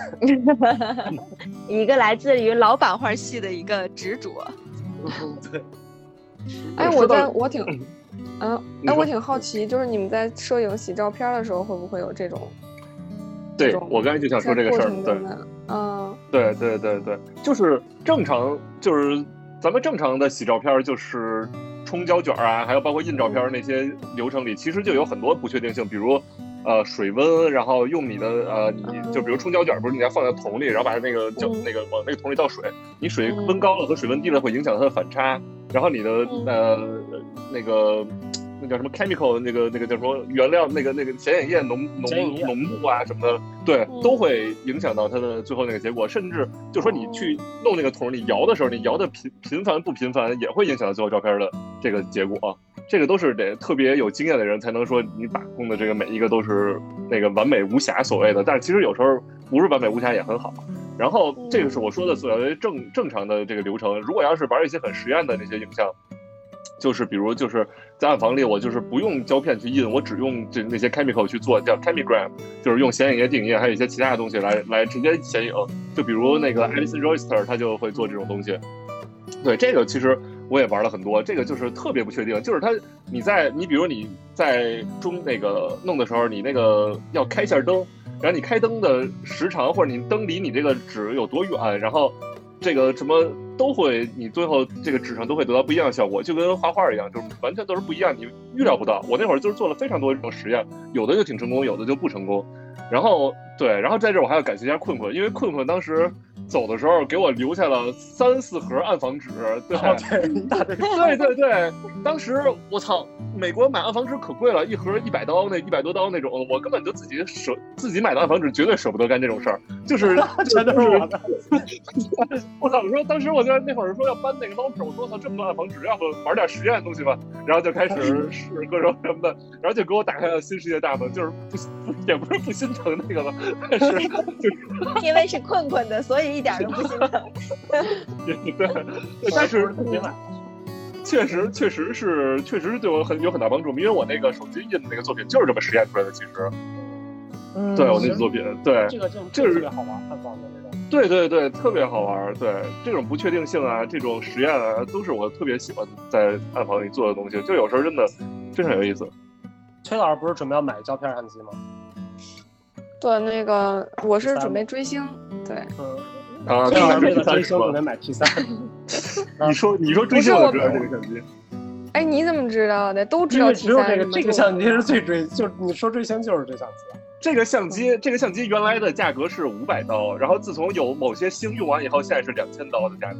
一个来自于老版画系的一个执着。 对。 哎，我在我挺，啊，哎，我挺好奇，就是你们在摄影洗照片的时候，会不会有这种？ 对，我刚才就想说这个事儿，对， 嗯， 对对对对，就是正常，就是咱们正常的洗照片，就是冲胶卷啊，还有包括印照片那些流程里，其实就有很多不确定性，比如。呃，水温，然后用你的呃，你就比如冲胶卷，不是你要放在桶里，然后把那个胶、嗯、那个往那个桶里倒水，你水温高了和水温低了会影响它的反差，然后你的呃那个那叫什么 chemical 那个那个叫什么原料那个那个显影液浓浓浓度啊什么的，对，都会影响到它的最后那个结果，甚至就说你去弄那个桶里摇的时候，你摇的频频繁不频繁也会影响到最后照片的这个结果。这个都是得特别有经验的人才能说你把控的这个每一个都是那个完美无瑕所谓的，但是其实有时候不是完美无瑕也很好。然后这个是我说的所谓正正常的这个流程。如果要是玩一些很实验的那些影像，就是比如就是在暗房里我就是不用胶片去印，我只用这那些 chemical 去做叫 chemigram， 就是用显影液、定影液还有一些其他的东西来来直接显影。就比如那个 Alison Royster 他就会做这种东西。对，这个其实我也玩了很多，这个就是特别不确定，就是它你在你比如你在中那个弄的时候，你那个要开一下灯，然后你开灯的时长或者你灯离你这个纸有多远，然后这个什么都会，你最后这个纸上都会得到不一样的效果，就跟画画一样，就是完全都是不一样，你预料不到。我那会儿就是做了非常多这种实验，有的就挺成功，有的就不成功。然后对，然后在这儿我还要感谢一下困困，因为困困当时走的时候给我留下了三四盒暗房纸，对， 哦、对, 对对对，当时我操，美国买暗房纸可贵了，一盒一百刀，那一百多刀那种，我根本就自己舍自己买的暗房纸绝对舍不得干这种事儿，就是全都是我的。 我操，我说当时我就那会儿说要搬那个捞纸，我说操这么多暗房纸，要不玩点实验的东西吧，然后就开始试各种什么的，然后就给我打开了新世界大门，就是不也不是不心疼那个了，但是就是因为是困困的，所以一点都不心疼。 对，对，但是确实确实是确实是对我很有很大帮助，因为我那个手机印的那个作品就是这么实验出来的，其实。 嗯， 对我那个作品，对， 这个这个特别好玩，看方面这种。 对对对，特别好玩。对，这种不确定性啊，这种实验啊，都是我特别喜欢在暗房里做的东西。就有时候真的非常有意思。 崔老师不是准备要买胶片相机吗？ 对，那个我是准备追星。对， 嗯啊， 崔老师为了追星准备买 T 三。 你说你说追星我知道这个相机。 哎，你怎么知道的？都知道 T 三。 只有这个这个相机是最追，就是你说追星就是这相机。 这个相机，这个相机原来的价格是五百刀，然后自从有某些星用完以后，现在是两千刀的价格。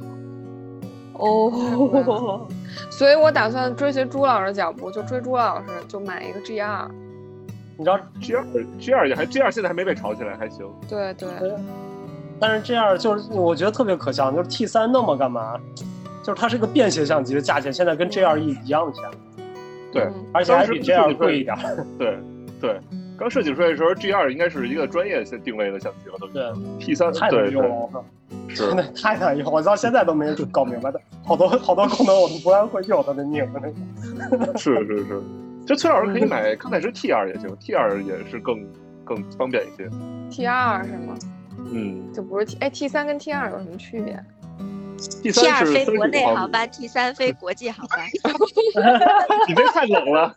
哦，所以我打算追随朱老师的脚步，就追朱老师，就买一个 G 二。 你知道 G 二 G 二也还 G 二现在还没被炒起来，还行。 对对。 但是 G 二就是我觉得特别可笑，就是 T 三那么干嘛？就是它是个便携相机的价钱，现在跟 G 二一一样钱。 对， 嗯、 而且还比 G 二贵一点。 对对。刚设计出来的时候 ，G 二应该是一个专业定位的相机了，都对 T 三太对用了。 真的太难用，我到现在都没搞明白的，好多好多功能我都不太会用，它的拧的那个。是是是，就崔老师可以买康泰时 T 二也行 ，T 二也是更更方便一些。 T 二是吗？ 嗯， 就不是 T 哎 T 三跟 T 二有什么区别 ？T 二飞国内航班 ，T 三飞国际航班。 你这太冷了。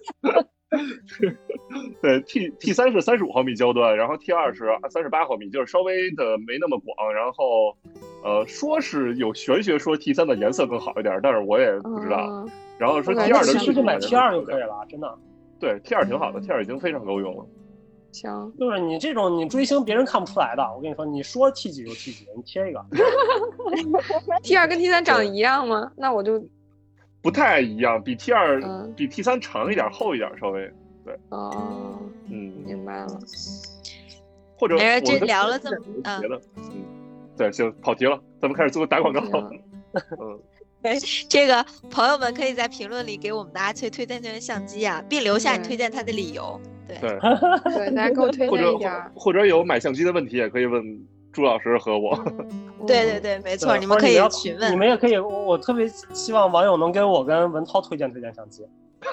对 ，T T 三是三十五毫米焦段，然后 T 二是三十八毫米，就是稍微的没那么广。然后，呃，说是有玄学说 T 三的颜色更好一点，但是我也不知道。嗯、然后说 T 二的其实就买 T 二就可以了，真的。 对 T 二挺好的 ，T 二已经非常够用了。 行， 就是你这种你追星别人看不出来的，我跟你说，你说 T 几就 T 几，你贴一个。 T 二跟 T 三长得一样吗？那我就。 不太一样，比 T 二、嗯、比 T 三长一点，厚一点，稍微对。 哦， 嗯， 明白了。 或者我这聊了这么别的，嗯，对，行，跑题了，咱们开始做打广告。嗯， 对，这个朋友们可以在评论里给我们的阿崔推荐推荐相机啊，并留下你推荐他的理由。对对对，大家给我推荐一点。 或者有买相机的问题，也可以问朱老师和我。 对对对，没错，你们可以询问， 你们也可以。我特别希望网友能给我跟文涛推荐推荐相机。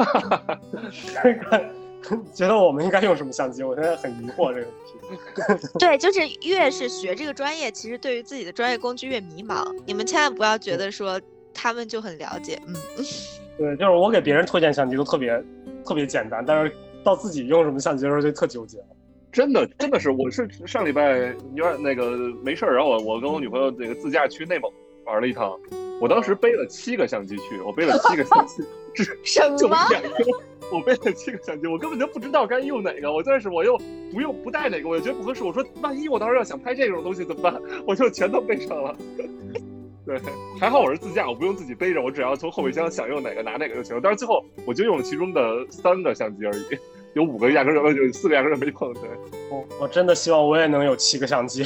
觉得我们应该用什么相机？我现在很疑惑这个问题。 对，就是越是学这个专业，其实对于自己的专业工具越迷茫。你们千万不要觉得说他们就很了解。嗯， 对，就是我给别人推荐相机都特别特别简单，但是到自己用什么相机的时候就特纠结。 真的，真的是，我是上礼拜有点那个没事儿，然后我我跟我女朋友那个自驾去内蒙玩了一趟，我当时背了七个相机去，我背了七个相机， 什么？ 就两个，我背了七个相机，我根本就不知道该用哪个，我但是我又不用不带哪个，我就觉得不合适，我说万一我当时要想拍这种东西怎么办？我就全都背上了。对，还好我是自驾，我不用自己背着，我只要从后备箱想用哪个拿哪个就行。但是最后我就用了其中的三个相机而已。有五个压根儿有四个压根儿没碰，对。 我我真的希望我也能有七个相机。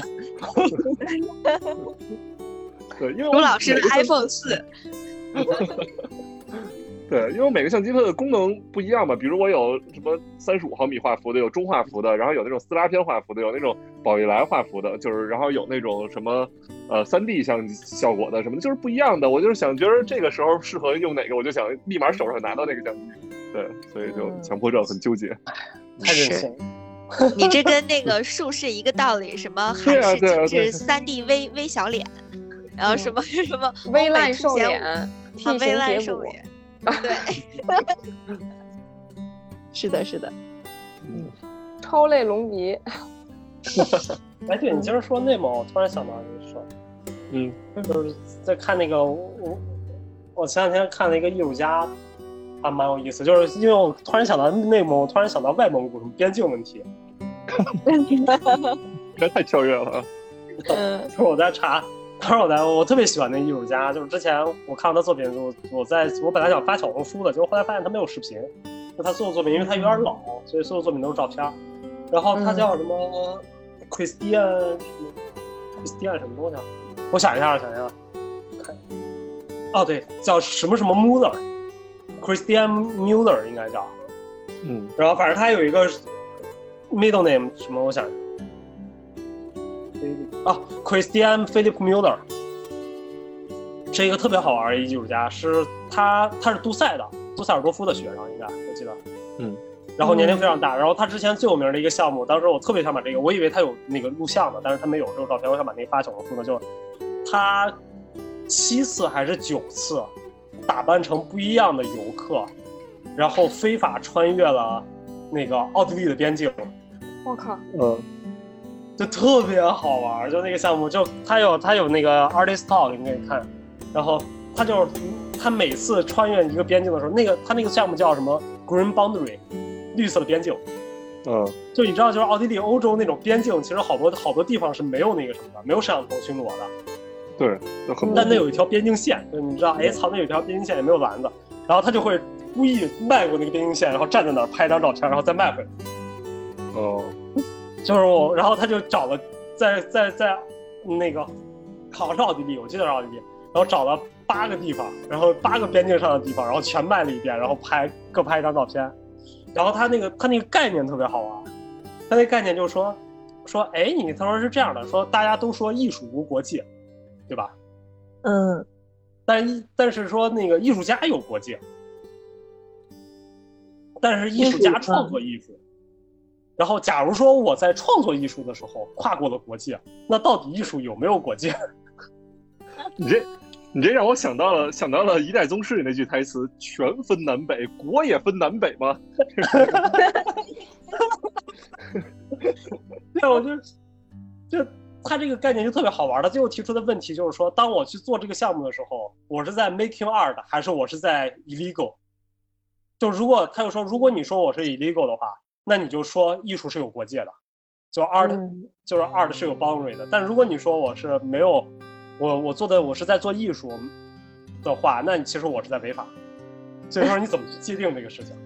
对，因为朱老师的 iPhone 四。 对，因为每个相机它的功能不一样嘛，比如我有什么三十五毫米画幅的，有中画幅的，然后有那种斯拉片画幅的，有那种宝丽来画幅的，就是然后有那种什么呃三 D 相效果的什么的，就是不一样的。我就是想觉得这个时候适合用哪个，我就想立马手上拿到那个相机。对，所以就强迫症很纠结， 太任性。 你这跟那个术士一个道理，什么韩式精致三 D 微微小脸，然后什么什么微烂瘦脸， 啊微烂瘦脸，对，是的，是的， 嗯，超类隆鼻。 哎，对你今儿说内蒙，我突然想到一个事儿， 嗯， 就是在看那个我我前两天看了一个艺术家。还蛮有意思，就是因为我突然想到内蒙，我突然想到外蒙古什么边境问题， 这太跳跃了。 嗯， 就是我在查，当时我在我特别喜欢那艺术家，就是之前我看到他作品，我我在我本来想发小红书的，结果后来发现他没有视频，就他所有作品，因为他有点老，所以所有作品都是照片。然后他叫什么 Christian Christian 什么东西？我想一下，想一下，看，哦对，叫什么什么 Muller。Christian Muller 应该叫， 嗯， 然后反正他有一个 middle name 什么，我想啊 ，Christian Philip Muller 是一个特别好玩的艺术家，是他他是杜塞的，杜塞尔多夫的学生，应该我记得， 嗯， 然后年龄非常大，然后他之前最有名的一个项目，当时我特别想把这个，我以为他有那个录像的，但是他没有这个照片，我想把那个发小红书的，就是他七次还是九次。打扮成不一样的游客，然后非法穿越了那个奥地利的边境。 我靠， 嗯， 就特别好玩。就那个项目，就他有他有那个 artist talk，你可以看。然后他就是他每次穿越一个边境的时候，那个他那个项目叫什么 Green Boundary， 绿色的边境。 嗯， 就你知道，就是奥地利、欧洲那种边境，其实好多好多地方是没有那个什么的，没有摄像头巡逻的。 对， 但那有一条边境线，就你知道，哎，操，那有一条边境线也没有篮子，然后他就会故意迈过那个边境线，然后站在那儿拍张照片，然后再迈回来。 哦， 就是我，然后他就找了在在在那个好像是奥地利，我记得是奥地利，然后找了八个地方，然后八个边境上的地方，然后全迈了一遍，然后拍各拍一张照片。然后他那个他那个概念特别好玩，他那个概念就是说说，哎，你他说是这样的，说大家都说艺术无国界。 对吧？ 嗯， 但但是说那个艺术家有国界，但是艺术家创作艺术，然后假如说我在创作艺术的时候跨过了国界，那到底艺术有没有国界？ 你这你这让我想到了想到了一代宗师里那句台词：权分南北，国也分南北吗？ 对，我就就他这个概念就特别好玩。他最后提出的问题就是说，当我去做这个项目的时候，我是在 making art 还是我是在 illegal？ 就如果他就说，如果你说我是 illegal 的话，那你就说艺术是有国界的，就 art、嗯、就是 art 是有 boundary 的。但如果你说我是没有，我我做的我是在做艺术的话，那你其实我是在违法。所以说你怎么去界定这个事情？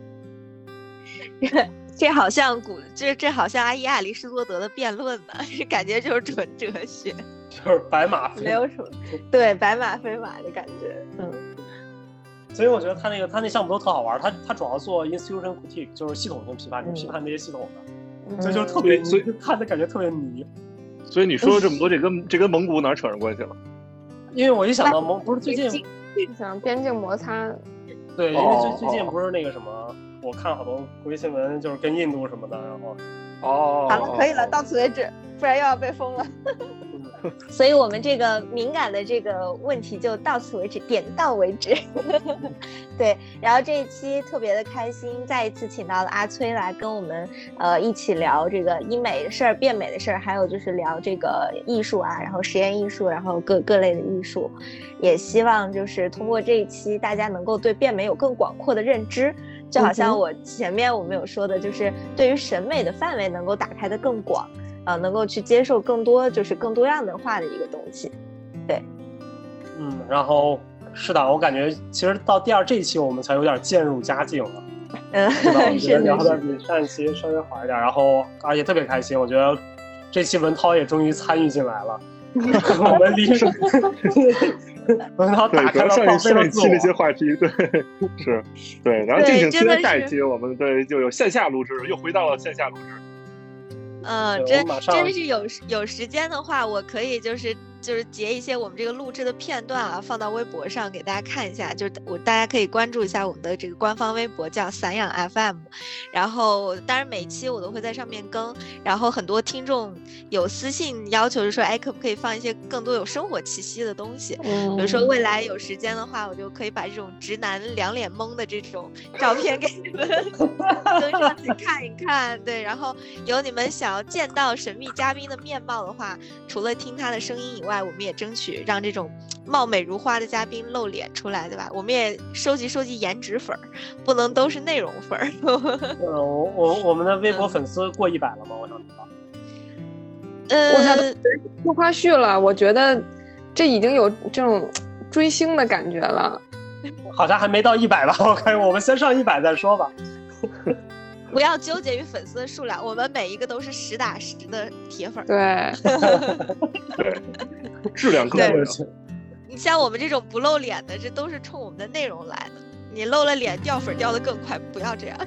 这好像古这这好像阿伊亚里士多德的辩论呢，感觉就是纯哲学， 就是白马非马， 没有什么对白马非马的感觉。嗯， 所以我觉得他那个他那项目都特好玩，他他主要做 institution critique， 就是系统性批判，你、嗯、批判那些系统的，嗯、所以就是特别，所以看的感觉特别迷。 所以你说了这么多，这跟这跟蒙古哪扯上关系了？ 因为我一想到蒙，不是最近想边境摩擦， 对，因为最最近不是那个什么。我看好多国际新闻，就是跟印度什么的，然后哦， 好了，可以了，到此为止，不然又要被封了。所以我们这个敏感的这个问题就到此为止，点到为止。对，然后这一期特别的开心，再一次请到了阿崔来跟我们呃一起聊这个医美的事儿、变美的事儿，还有就是聊这个艺术啊，然后实验艺术，然后各各类的艺术。也希望就是通过这一期，大家能够对变美有更广阔的认知。就好像我前面我们有说的，就是对于审美的范围能够打开的更广，呃，能够去接受更多就是更多样的化的一个东西。对， 嗯，然后是的，我感觉其实到第二这一期我们才有点渐入佳境了。 嗯， 是的，聊的比上一期稍微好一点，然后而且特别开心，我觉得这期文涛也终于参与进来了。我们离手，文涛打开了上一上一期那些话题，对，是，对，然后敬请期待下一期，我们对就有线下录制，又回到了线下录制。 嗯，真真是有有时间的话，我可以就是就是截一些我们这个录制的片段啊，放到微博上给大家看一下。就我大家可以关注一下我们的这个官方微博，叫散养 F M。然后当然每期我都会在上面更。然后很多听众有私信要求，就说哎，可不可以放一些更多有生活气息的东西？嗯，比如说未来有时间的话，我就可以把这种直男两脸懵的这种照片给你们登上去看一看。对，然后有你们想要见到神秘嘉宾的面貌的话，除了听他的声音以外，我们也争取让这种貌美如花的嘉宾露脸出来，对吧？我们也收集收集颜值粉，不能都是内容粉。 嗯，我我我们的微博粉丝过一百了吗？我想知道。 呃， 我想出花絮了，我觉得这已经有这种追星的感觉了。 好像还没到一百吧？我看我们先上一百再说吧。 不要纠结于粉丝的数量，我们每一个都是实打实的铁粉。 对， 对，质量更高。 你像我们这种不露脸的，这都是冲我们的内容来的。你露了脸，掉粉掉得更快，不要这样。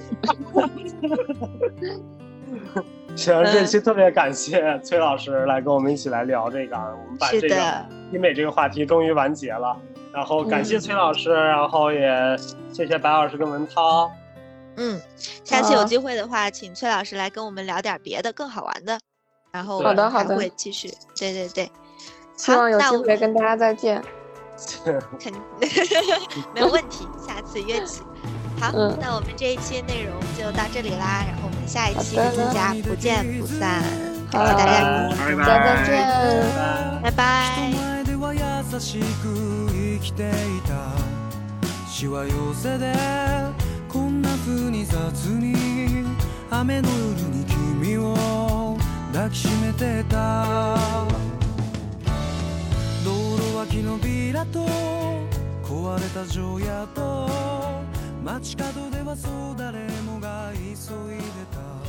行，这期特别感谢崔老师来跟我们一起来聊这个，我们把这个医美这个话题终于完结了。然后感谢崔老师，嗯、然后也谢谢白老师跟文涛。 嗯，下次有机会的话，啊、请崔老师来跟我们聊点别的更好玩的，然后好的好的会继续，对对对， 希望有机会跟大家再见， 肯定没有问题，下次约起。好、嗯，那我们这一期内容就到这里啦，然后我们下一期跟大家不见不散，感谢大家， 大家再见， 拜拜。 こんな風に雑に雨の夜に君を抱きしめてた道路脇のビラと壊れた城屋と街角ではそう誰もが急いでた